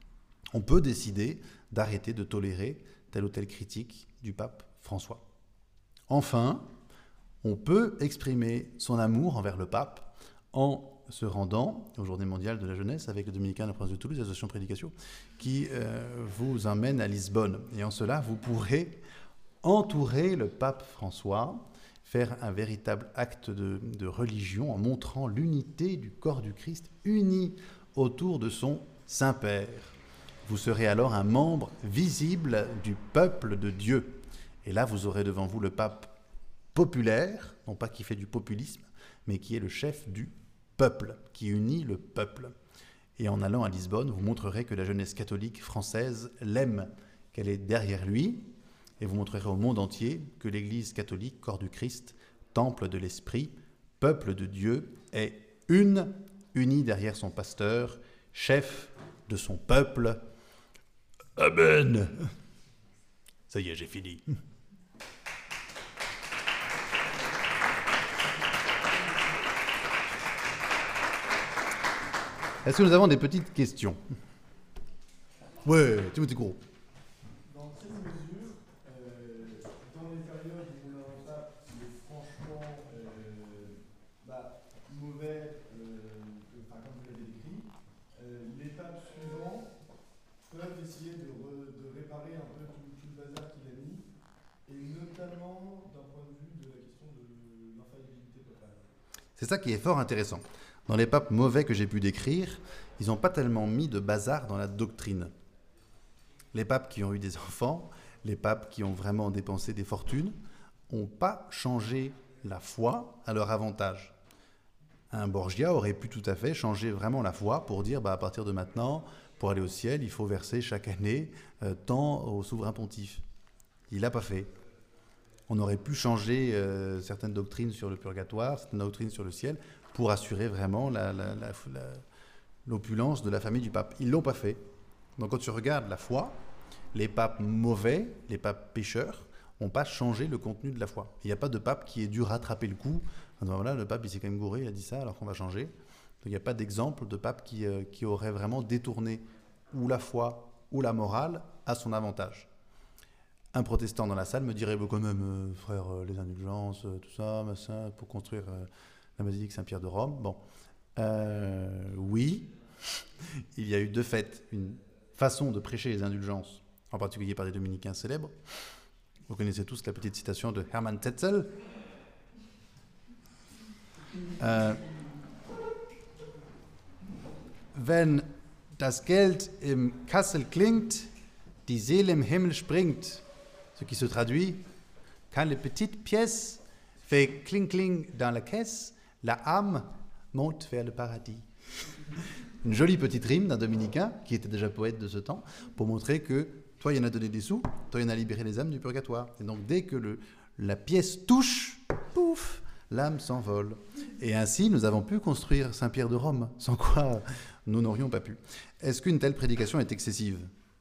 On peut décider d'arrêter de tolérer telle ou telle critique du pape François. Enfin, on peut exprimer son amour envers le pape en se rendant aux Journées mondiales de la jeunesse avec le Dominicain de la Province de Toulouse, l'association Prédication, qui euh, vous emmène à Lisbonne. Et en cela, vous pourrez entourer le pape François, faire un véritable acte de, de religion en montrant l'unité du corps du Christ uni autour de son Saint-Père. Vous serez alors un membre visible du peuple de Dieu. Et là, vous aurez devant vous le pape populaire, non pas qui fait du populisme, mais qui est le chef du peuple, qui unit le peuple. Et en allant à Lisbonne, vous montrerez que la jeunesse catholique française l'aime, qu'elle est derrière lui, et vous montrerez au monde entier que l'Église catholique, corps du Christ, temple de l'Esprit, peuple de Dieu, est une, unie derrière son pasteur, chef de son peuple. Amen. Ça y est, j'ai fini. Est-ce que nous avons des petites questions? Ouais, Timothée Courreau. Dans quelle mesure, euh, dans les périodes où on a un pape qui est franchement euh, bah, mauvais, euh, enfin, comme vous l'avez décrit, euh, les papes suivants peuvent essayer de, re, de réparer un peu tout, tout le bazar qu'il a mis, et notamment d'un point de vue de la question de l'infaillibilité papale. C'est ça qui est fort intéressant. Dans les papes mauvais que j'ai pu décrire, ils n'ont pas tellement mis de bazar dans la doctrine. Les papes qui ont eu des enfants, les papes qui ont vraiment dépensé des fortunes, n'ont pas changé la foi à leur avantage. Un Borgia aurait pu tout à fait changer vraiment la foi pour dire bah, à partir de maintenant, pour aller au ciel, il faut verser chaque année euh, tant au souverain pontife. Il ne l'a pas fait. On aurait pu changer euh, certaines doctrines sur le purgatoire, certaines doctrines sur le ciel, pour assurer vraiment la, la, la, la, l'opulence de la famille du pape. Ils ne l'ont pas fait. Donc quand tu regardes la foi, les papes mauvais, les papes pécheurs, n'ont pas changé le contenu de la foi. Il n'y a pas de pape qui ait dû rattraper le coup. Enfin, voilà, le pape il s'est quand même gouré, il a dit ça, alors qu'on va changer. Donc il n'y a pas d'exemple de pape qui, euh, qui aurait vraiment détourné ou la foi ou la morale à son avantage. Un protestant dans la salle me dirait, bah, quand même, euh, frère, euh, les indulgences, euh, tout ça, ça, pour construire euh, la basilique Saint-Pierre de Rome. Bon, euh, oui, il y a eu de fait une façon de prêcher les indulgences, en particulier par des dominicains célèbres. Vous connaissez tous la petite citation de Hermann Tetzel. Äh, wenn das Geld im Kassel klingt, die Seele im Himmel springt, ce qui se traduit, quand les petites pièces fait cling-cling dans la caisse, la âme monte vers le paradis. Une jolie petite rime d'un dominicain, qui était déjà poète de ce temps, pour montrer que toi, il y en a donné des sous, toi, il y en a libéré les âmes du purgatoire. Et donc, dès que le, la pièce touche, pouf, l'âme s'envole. Et ainsi, nous avons pu construire Saint-Pierre de Rome, sans quoi nous n'aurions pas pu. Est-ce qu'une telle prédication est excessive ?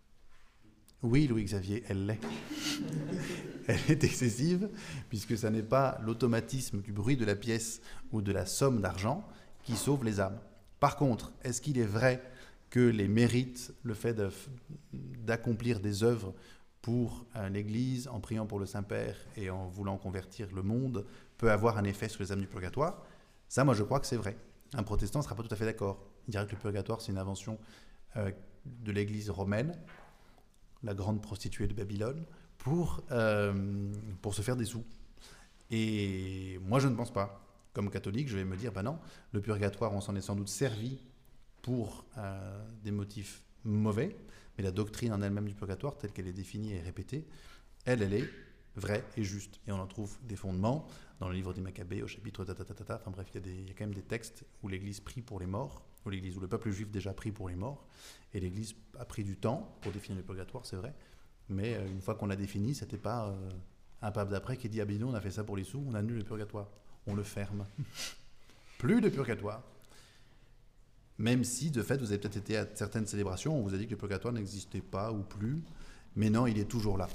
Oui, Louis-Xavier, elle l'est. Elle est excessive, puisque ce n'est pas l'automatisme du bruit de la pièce ou de la somme d'argent qui sauve les âmes. Par contre, est-ce qu'il est vrai que les mérites, le fait de, d'accomplir des œuvres pour euh, l'Église, en priant pour le Saint-Père et en voulant convertir le monde, peut avoir un effet sur les âmes du purgatoire ? Ça, moi, je crois que c'est vrai. Un protestant ne sera pas tout à fait d'accord. Il dirait que le purgatoire, c'est une invention euh, de l'Église romaine, la grande prostituée de Babylone, pour, euh, pour se faire des sous. Et moi, je ne pense pas. Comme catholique, je vais me dire, ben non, le purgatoire, on s'en est sans doute servi pour euh, des motifs mauvais, mais la doctrine en elle-même du purgatoire, telle qu'elle est définie et répétée, elle, elle est vraie et juste. Et on en trouve des fondements dans le livre des Maccabées, au chapitre tatatatata. Enfin bref, il y a des, il y a quand même des textes où l'Église prie pour les morts, où l'Église, où le peuple juif déjà prie pour les morts, et l'Église a pris du temps pour définir le purgatoire, c'est vrai, mais euh, une fois qu'on l'a défini, c'était pas euh, un pape d'après qui dit « Ah ben non, on a fait ça pour les sous, on annule le purgatoire ». On le ferme. Plus de purgatoire. Même si, de fait, vous avez peut-être été à certaines célébrations, on vous a dit que le purgatoire n'existait pas ou plus, mais non, il est toujours là.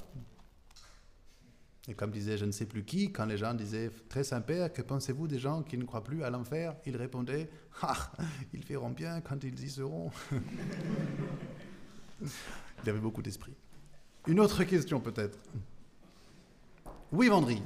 Et comme disait je ne sais plus qui, quand les gens disaient « Très Saint-Père, que pensez-vous des gens qui ne croient plus à l'enfer ?» Il répondait « Ah, ils verront bien quand ils y seront. » Il avait beaucoup d'esprit. Une autre question peut-être. Oui, Vendry.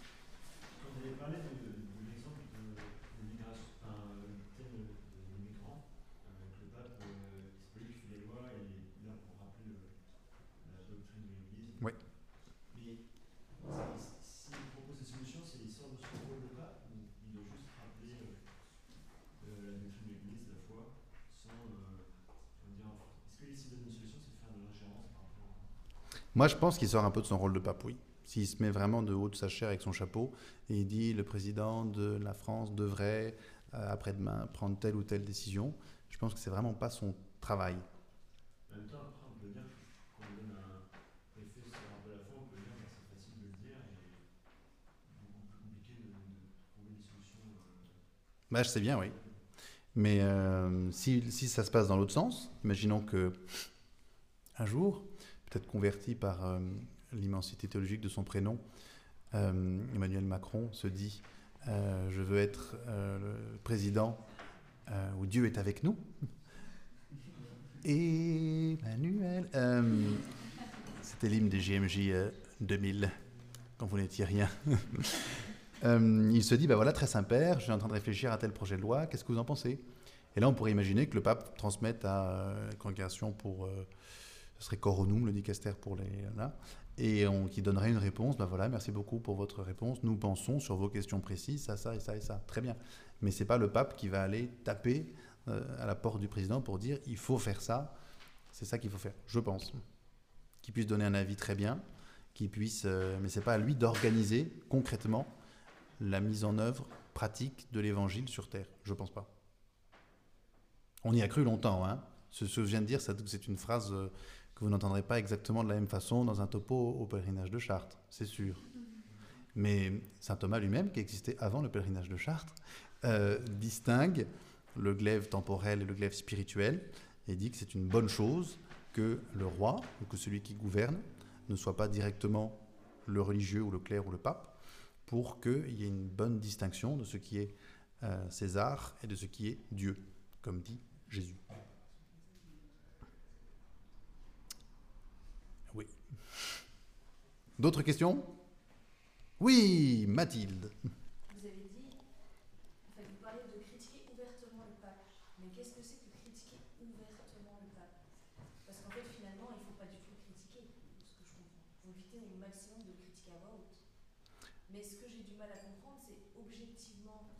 Moi, je pense qu'il sort un peu de son rôle de pape, oui. S'il se met vraiment de haut de sa chair avec son chapeau et il dit le président de la France devrait, euh, après-demain, prendre telle ou telle décision, je pense que c'est vraiment pas son travail. En même temps, après, on peut dire qu'on donne un préfet sur un peu la foi, on peut dire que c'est facile de le dire et beaucoup plus compliqué de, de trouver des solutions. Euh... Bah, je sais bien, oui. Mais euh, si, si ça se passe dans l'autre sens, imaginons que un jour, peut-être converti par euh, l'immensité théologique de son prénom, euh, Emmanuel Macron se dit euh, « Je veux être euh, le président euh, où Dieu est avec nous ». Emmanuel... Euh, c'était l'hymne des J M J euh, deux mille, quand vous n'étiez rien. euh, il se dit bah « Voilà, très Saint-Père, je suis en train de réfléchir à tel projet de loi, qu'est-ce que vous en pensez ?» Et là, on pourrait imaginer que le pape transmette à euh, la congrégation pour... Euh, ce serait coronum, le dicaster pour les... Là, et on, qui donnerait une réponse, ben voilà, merci beaucoup pour votre réponse, nous pensons sur vos questions précises, ça, ça et ça et ça. Très bien. Mais ce n'est pas le pape qui va aller taper euh, à la porte du président pour dire il faut faire ça, c'est ça qu'il faut faire, je pense. Qu'il puisse donner un avis très bien, qu'il puisse... Euh, mais ce n'est pas à lui d'organiser concrètement la mise en œuvre pratique de l'évangile sur terre, je ne pense pas. On y a cru longtemps, hein. Ce que je viens de dire, c'est une phrase que vous n'entendrez pas exactement de la même façon dans un topo au pèlerinage de Chartres, c'est sûr. Mais saint Thomas lui-même, qui existait avant le pèlerinage de Chartres, euh, distingue le glaive temporel et le glaive spirituel et dit que c'est une bonne chose que le roi, ou que celui qui gouverne, ne soit pas directement le religieux ou le clerc ou le pape, pour qu'il y ait une bonne distinction de ce qui est euh, César et de ce qui est Dieu, comme dit Jésus. Oui. D'autres questions ? Oui, Mathilde. Vous avez dit, enfin, vous parlez de critiquer ouvertement le pape. Mais qu'est-ce que c'est que critiquer ouvertement le pape ? Parce qu'en fait, finalement, il ne faut pas du tout le critiquer, ce que je comprends. Il faut éviter au maximum de critiquer à voix haute. Mais ce que j'ai du mal à comprendre, c'est objectivement,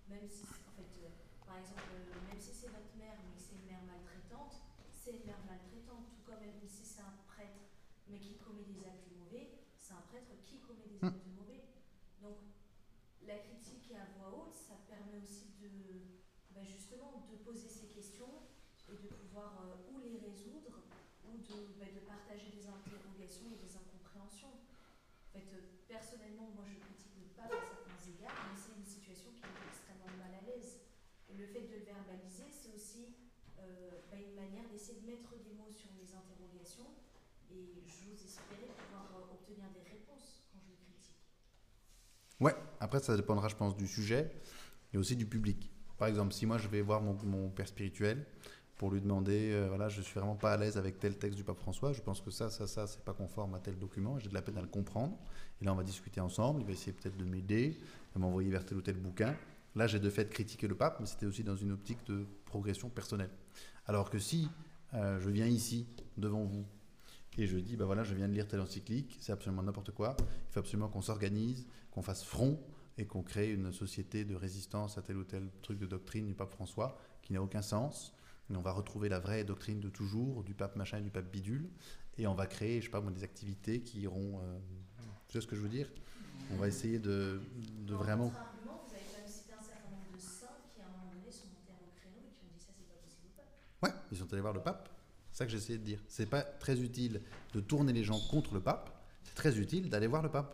même si, c'est- en fait, euh, par exemple, euh, même si c'est votre mère, mais que c'est une mère maltraitante, c'est une mère maltraitante, tout comme même si c'est un prêtre, mais qui commet des actes mauvais, c'est un prêtre qui commet des Hmm. actes mauvais. Donc, la critique à voix haute, ça permet aussi de, bah, justement, de poser ces questions et de pouvoir euh, ou les résoudre, ou de, bah, de partager des interrogations et des incompréhensions. En fait, euh, personnellement, moi je critique le pape à certains égards, mais c'est une situation qui est extrêmement mal à l'aise. Et le fait de le verbaliser, c'est aussi euh, bah, une manière d'essayer de mettre des mots sur les interrogations. Et j'ose espérer pouvoir euh, obtenir des réponses quand je le critique. Ouais, après ça dépendra, je pense, du sujet et aussi du public. Par exemple, si moi je vais voir mon, mon père spirituel pour lui demander, euh, voilà, je suis vraiment pas à l'aise avec tel texte du pape François, je pense que ça, ça, ça, c'est pas conforme à tel document, j'ai de la peine à le comprendre. Et là, on va discuter ensemble, il va essayer peut-être de m'aider, de m'envoyer vers tel ou tel bouquin. Là, j'ai de fait critiqué le pape, mais c'était aussi dans une optique de progression personnelle. Alors que si euh, je viens ici, devant vous, et je dis, bah voilà, je viens de lire telle encyclique, c'est absolument n'importe quoi, il faut absolument qu'on s'organise, qu'on fasse front, et qu'on crée une société de résistance à tel ou tel truc de doctrine du pape François, qui n'a aucun sens. Et on va retrouver la vraie doctrine de toujours, du pape machin et du pape bidule, et on va créer, je sais pas moi, des activités qui iront... Euh, tu sais ce que je veux dire? On va essayer de, de Dans vraiment... votre argument, vous avez quand même cité un certain nombre de saints qui, à un moment donné, sont montés au créneau et qui ont dit ça, c'est pas possible ou pas. Ouais, ils sont allés voir le pape. C'est ça que j'essayais de dire. C'est pas très utile de tourner les gens contre le pape, c'est très utile d'aller voir le pape.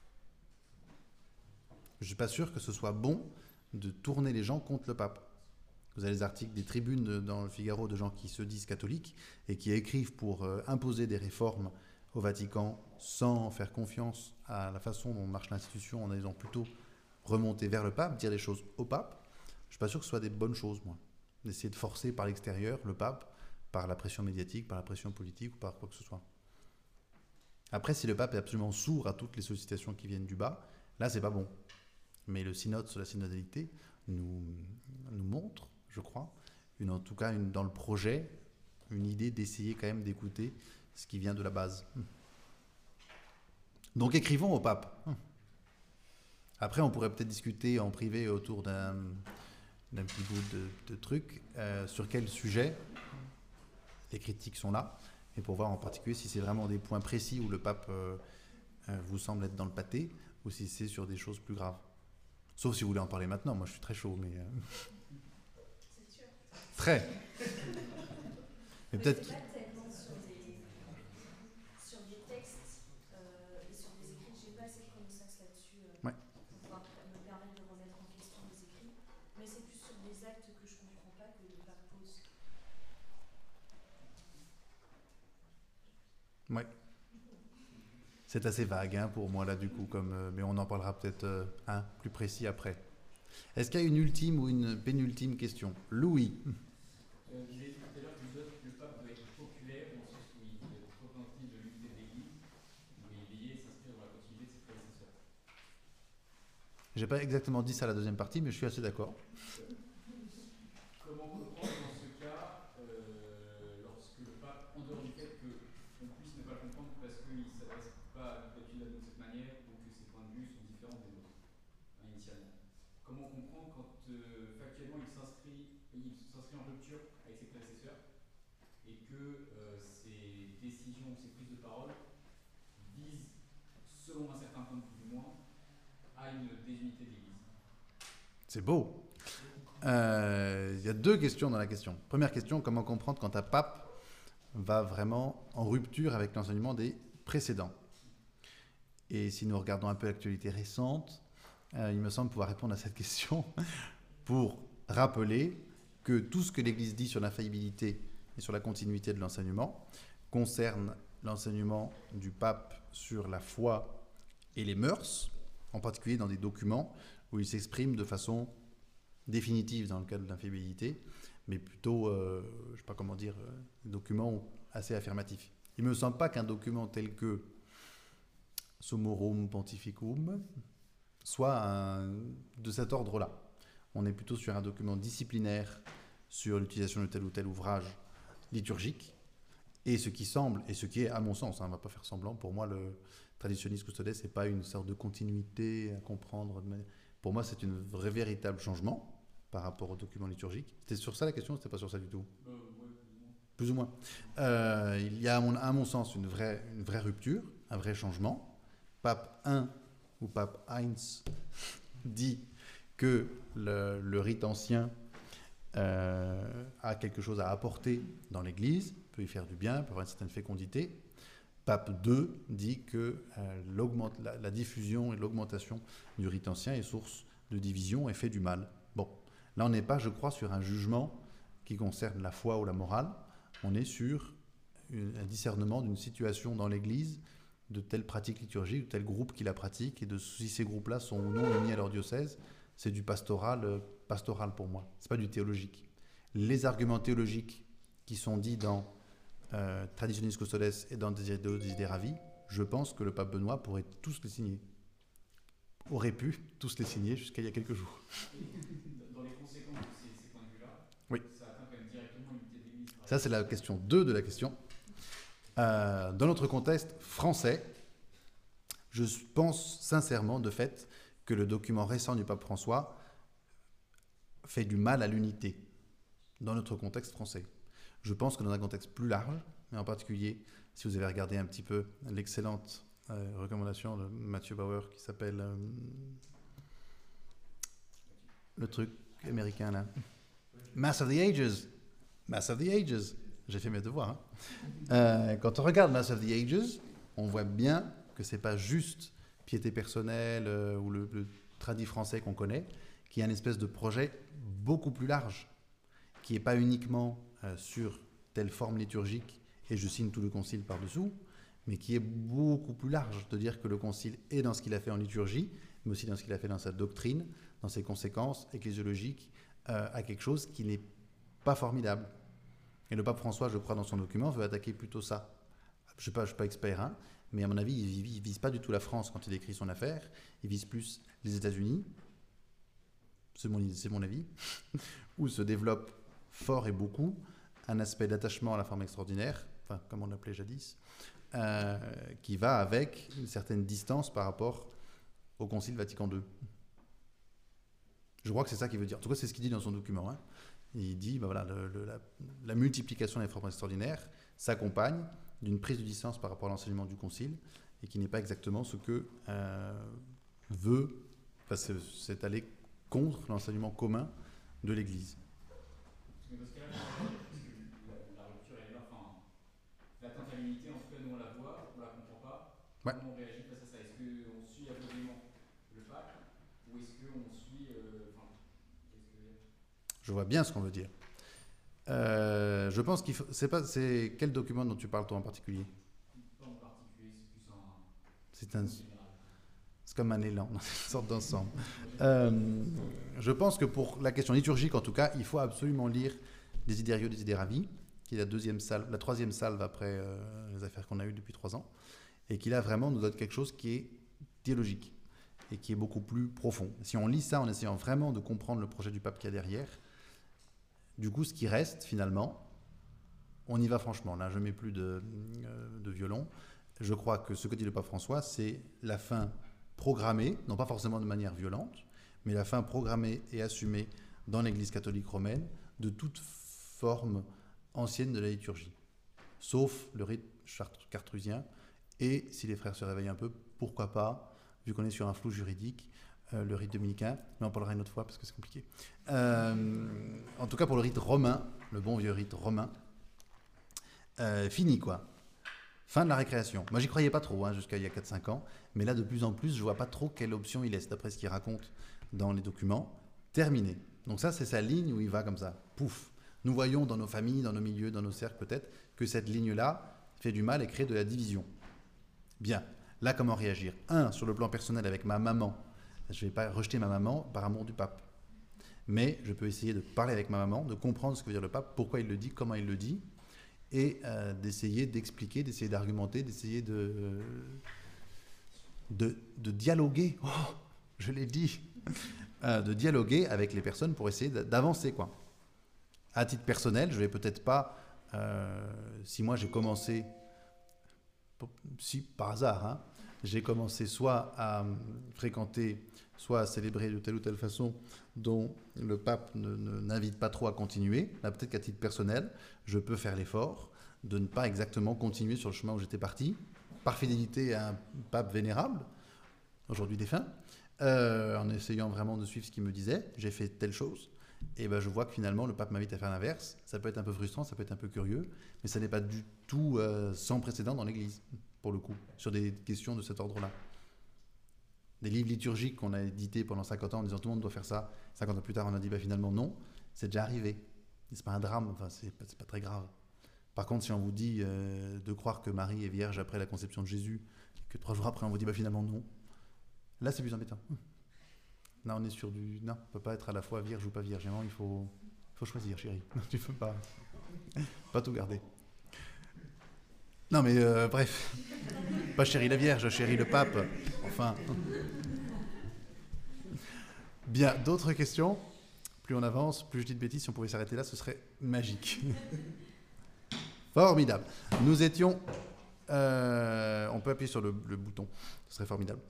Je suis pas sûr que ce soit bon de tourner les gens contre le pape. Vous avez les articles des tribunes de- dans le Figaro de gens qui se disent catholiques et qui écrivent pour euh, imposer des réformes au Vatican sans faire confiance à la façon dont marche l'institution, en ayant plutôt remonté vers le pape, dire des choses au pape. Je suis pas sûr que ce soit des bonnes choses, moi. D'essayer de forcer par l'extérieur le pape, par la pression médiatique, par la pression politique ou par quoi que ce soit. Après, si le pape est absolument sourd à toutes les sollicitations qui viennent du bas, là, c'est pas bon. Mais le synode sur la synodalité nous, nous montre, je crois, une, en tout cas une, dans le projet, une idée d'essayer quand même d'écouter ce qui vient de la base. Donc écrivons au pape. Après, on pourrait peut-être discuter en privé autour d'un, d'un petit bout de, de truc euh, sur quel sujet les critiques sont là, et pour voir en particulier si c'est vraiment des points précis où le pape euh, euh, vous semble être dans le pâté, ou si c'est sur des choses plus graves. Sauf si vous voulez en parler maintenant, moi je suis très chaud, mais... Euh... C'est sûr. Très. Mais Mais peut-être... c'est pas tellement sur des, sur des textes euh, et sur des écrits, j'ai pas assez de connaissances là-dessus euh, Ouais. pour pouvoir me permettre de remettre en question les écrits, mais c'est plus sur des actes que je comprends pas que le pape pose. Ouais. C'est assez vague hein, pour moi là du coup, comme, euh, mais on en parlera peut-être euh, un plus précis après. Est-ce qu'il y a une ultime ou une pénultime question? Louis. Euh, vous avez dit tout à l'heure que le pape doit être populaire, dans le sens où il doit être représentatif de l'unité de l'Église, où il veillait à s'inscrire dans la continuité de ses prédécesseurs. J'ai pas exactement dit ça à la deuxième partie, mais je suis assez d'accord. Comment comprendre dans ce cas, euh, lorsque le pape, en dehors du fait qu'on puisse ne pas le comprendre parce qu'il ne s'adresse pas d'habitude à nous de cette manière, ou que ses points de vue sont différents des nôtres, hein, initialement. Comment comprendre quand euh, factuellement il s'inscrit, il s'inscrit en rupture avec ses prédécesseurs et que euh, ses décisions ou ses prises de parole visent, selon un certain point de vue du moins, à une désunité de l'Église? C'est beau. Euh, Il y a deux questions dans la question. Première question, comment comprendre quand un pape va vraiment en rupture avec l'enseignement des précédents? Et si nous regardons un peu l'actualité récente, euh, il me semble pouvoir répondre à cette question pour rappeler que tout ce que l'Église dit sur l'infaillibilité et sur la continuité de l'enseignement concerne l'enseignement du pape sur la foi et les mœurs, en particulier dans des documents où il s'exprime de façon définitive dans le cadre de l'infaillibilité, mais plutôt, euh, je ne sais pas comment dire, euh, des documents assez affirmatifs. Il ne me semble pas qu'un document tel que Summorum Pontificum soit un, de cet ordre-là. On est plutôt sur un document disciplinaire sur l'utilisation de tel ou tel ouvrage liturgique, et ce qui semble, et ce qui est à mon sens, hein, on ne va pas faire semblant, pour moi le traditionnisme custodes, ce n'est pas une sorte de continuité à comprendre, Pour moi, c'est un vrai véritable changement par rapport au document liturgique. C'était sur ça la question ou c'était pas sur ça du tout? Euh, ouais, plus ou moins. Plus ou moins. Euh, il y a, à mon, à mon sens, une vraie, une vraie rupture, un vrai changement. Pape un ou Pape Heinz dit que le, le rite ancien euh, a quelque chose à apporter dans l'Église, peut y faire du bien, peut avoir une certaine fécondité. Pape deux dit que euh, la, la diffusion et l'augmentation du rite ancien est source de division et fait du mal. Bon, là on n'est pas, je crois, sur un jugement qui concerne la foi ou la morale, on est sur une, un discernement d'une situation dans l'Église, de telle pratique liturgique, de tel groupe qui la pratique, et de si ces groupes-là sont ou non unis à leur diocèse. C'est du pastoral, euh, pastoral pour moi, c'est pas du théologique. Les arguments théologiques qui sont dits dans euh, Traditionis Custodes et dans Desiderio Desideravi, je pense que le pape Benoît pourrait tous les signer. Aurait pu tous les signer jusqu'à il y a quelques jours. Dans les conséquences de ces, ces points de vue-là, oui. Ça atteint quand même directement l'unité de l'Église. Ça, c'est la question deux de la question. Euh, dans notre contexte français, je pense sincèrement, de fait, que le document récent du pape François fait du mal à l'unité dans notre contexte français. Je pense que dans un contexte plus large, et en particulier, si vous avez regardé un petit peu l'excellente euh, recommandation de Mathieu Bauer qui s'appelle euh, le truc américain là, Mass of the Ages, Mass of the Ages, j'ai fait mes devoirs. Hein. Euh, quand on regarde Mass of the Ages, on voit bien que c'est pas juste piété personnelle euh, ou le, le tradit français qu'on connaît, qui est un espèce de projet beaucoup plus large, qui n'est pas uniquement euh, sur telle forme liturgique, et je signe tout le concile par-dessous, mais qui est beaucoup plus large, de dire que le concile est dans ce qu'il a fait en liturgie, mais aussi dans ce qu'il a fait dans sa doctrine, dans ses conséquences ecclésiologiques, euh, à quelque chose qui n'est pas formidable. Et le pape François, je crois, dans son document, veut attaquer plutôt ça. Je ne sais pas, je suis pas expert, hein, mais à mon avis, il ne vise pas du tout la France quand il écrit son affaire, il vise plus les États-Unis, c'est mon, c'est mon avis, où se développe fort et beaucoup un aspect d'attachement à la forme extraordinaire, enfin, comme on l'appelait jadis, euh, qui va avec une certaine distance par rapport au Concile Vatican deux. Je crois que c'est ça qu'il veut dire. En tout cas, c'est ce qu'il dit dans son document. Hein. Il dit ben voilà, le, le, la, la multiplication des formes extraordinaires s'accompagne d'une prise de distance par rapport à l'enseignement du Concile et qui n'est pas exactement ce que euh, veut, enfin, c'est, c'est aller contre l'enseignement commun de l'Église. Mais parce que là, la, la rupture elle est là, enfin, l'atteinte à l'unité, en tout cas, nous on la voit, on la comprend pas. Ouais. Comment on réagit face à ça? Est-ce qu'on suit aveuglément le pape ou est-ce qu'on suit. Euh, enfin, qu'est-ce que je veux dire? Je vois bien ce qu'on veut dire. Euh, je pense qu'il faut. C'est pas. C'est quel document dont tu parles toi en particulier? Pas en particulier, c'est plus un. C'est un. C'est comme un élan, une sorte d'ensemble. Euh, je pense que pour la question liturgique, en tout cas, il faut absolument lire Desiderio Desideravi, qui est la deuxième salve, la troisième salve après euh, les affaires qu'on a eues depuis trois ans, et qui là vraiment nous donne quelque chose qui est théologique et qui est beaucoup plus profond. Si on lit ça en essayant vraiment de comprendre le projet du pape qu'il y a derrière, du coup, ce qui reste finalement, on y va franchement. Là, je ne mets plus de, euh, de violon. Je crois que ce que dit le pape François, c'est la fin programmée, non pas forcément de manière violente, mais la fin programmée et assumée dans l'Église catholique romaine de toute forme ancienne de la liturgie, sauf le rite cartrusien, et si les frères se réveillent un peu, pourquoi pas, vu qu'on est sur un flou juridique, euh, le rite dominicain, mais on parlera une autre fois parce que c'est compliqué. Euh, en tout cas pour le rite romain, le bon vieux rite romain, euh, fini quoi. Fin de la récréation. Moi, j'y croyais pas trop hein, jusqu'à il y a quatre cinq ans, mais là, de plus en plus, je vois pas trop quelle option il laisse, d'après ce qu'il raconte dans les documents. Terminé. Donc ça, c'est sa ligne où il va comme ça. Pouf. Nous voyons dans nos familles, dans nos milieux, dans nos cercles peut-être, que cette ligne-là fait du mal et crée de la division. Bien. Là, comment réagir? Un, sur le plan personnel avec ma maman. Je vais pas rejeter ma maman par amour du pape. Mais je peux essayer de parler avec ma maman, de comprendre ce que veut dire le pape, pourquoi il le dit, comment il le dit, et euh, d'essayer d'expliquer, d'essayer d'argumenter, d'essayer de, euh, de, de dialoguer, oh, je l'ai dit, euh, de dialoguer avec les personnes pour essayer d'avancer, quoi. À titre personnel, je vais peut-être pas, euh, si moi j'ai commencé, si par hasard, hein, j'ai commencé soit à fréquenter soit célébré de telle ou telle façon, dont le pape ne, ne- n'invite pas trop à continuer. Là, peut-être qu'à titre personnel, je peux faire l'effort de ne pas exactement continuer sur le chemin où j'étais parti, par fidélité à un pape vénérable, aujourd'hui défunt, euh, en essayant vraiment de suivre ce qu'il me disait. J'ai fait telle chose. Et ben, je vois que finalement, le pape m'invite à faire l'inverse. Ça peut être un peu frustrant, ça peut être un peu curieux, mais ça n'est pas du tout euh, sans précédent dans l'Église, pour le coup, sur des questions de cet ordre-là. Des livres liturgiques qu'on a édités pendant cinquante ans en disant tout le monde doit faire ça. cinquante ans plus tard, on a dit bah, finalement non, c'est déjà arrivé. Et c'est pas un drame, enfin, c'est pas, c'est pas très grave. Par contre, si on vous dit euh, de croire que Marie est vierge après la conception de Jésus, et que trois jours après on vous dit bah, finalement non, là c'est plus embêtant. Là on est sur du. Non, on ne peut pas être à la fois vierge ou pas vierge. Vraiment, il faut, il faut choisir, chérie. Tu ne peux pas, pas tout garder. Non mais euh, bref. Pas chérie la Vierge, chérie le pape. Enfin. Bien, d'autres questions? Plus on avance, plus je dis de bêtises. Si on pouvait s'arrêter là, ce serait magique. Formidable. Nous étions... euh, on peut appuyer sur le, le bouton. Ce serait formidable.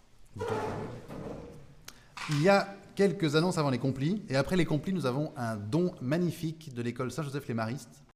Il y a quelques annonces avant les complis. Et après les complis, nous avons un don magnifique de l'école Saint-Joseph-les-Maristes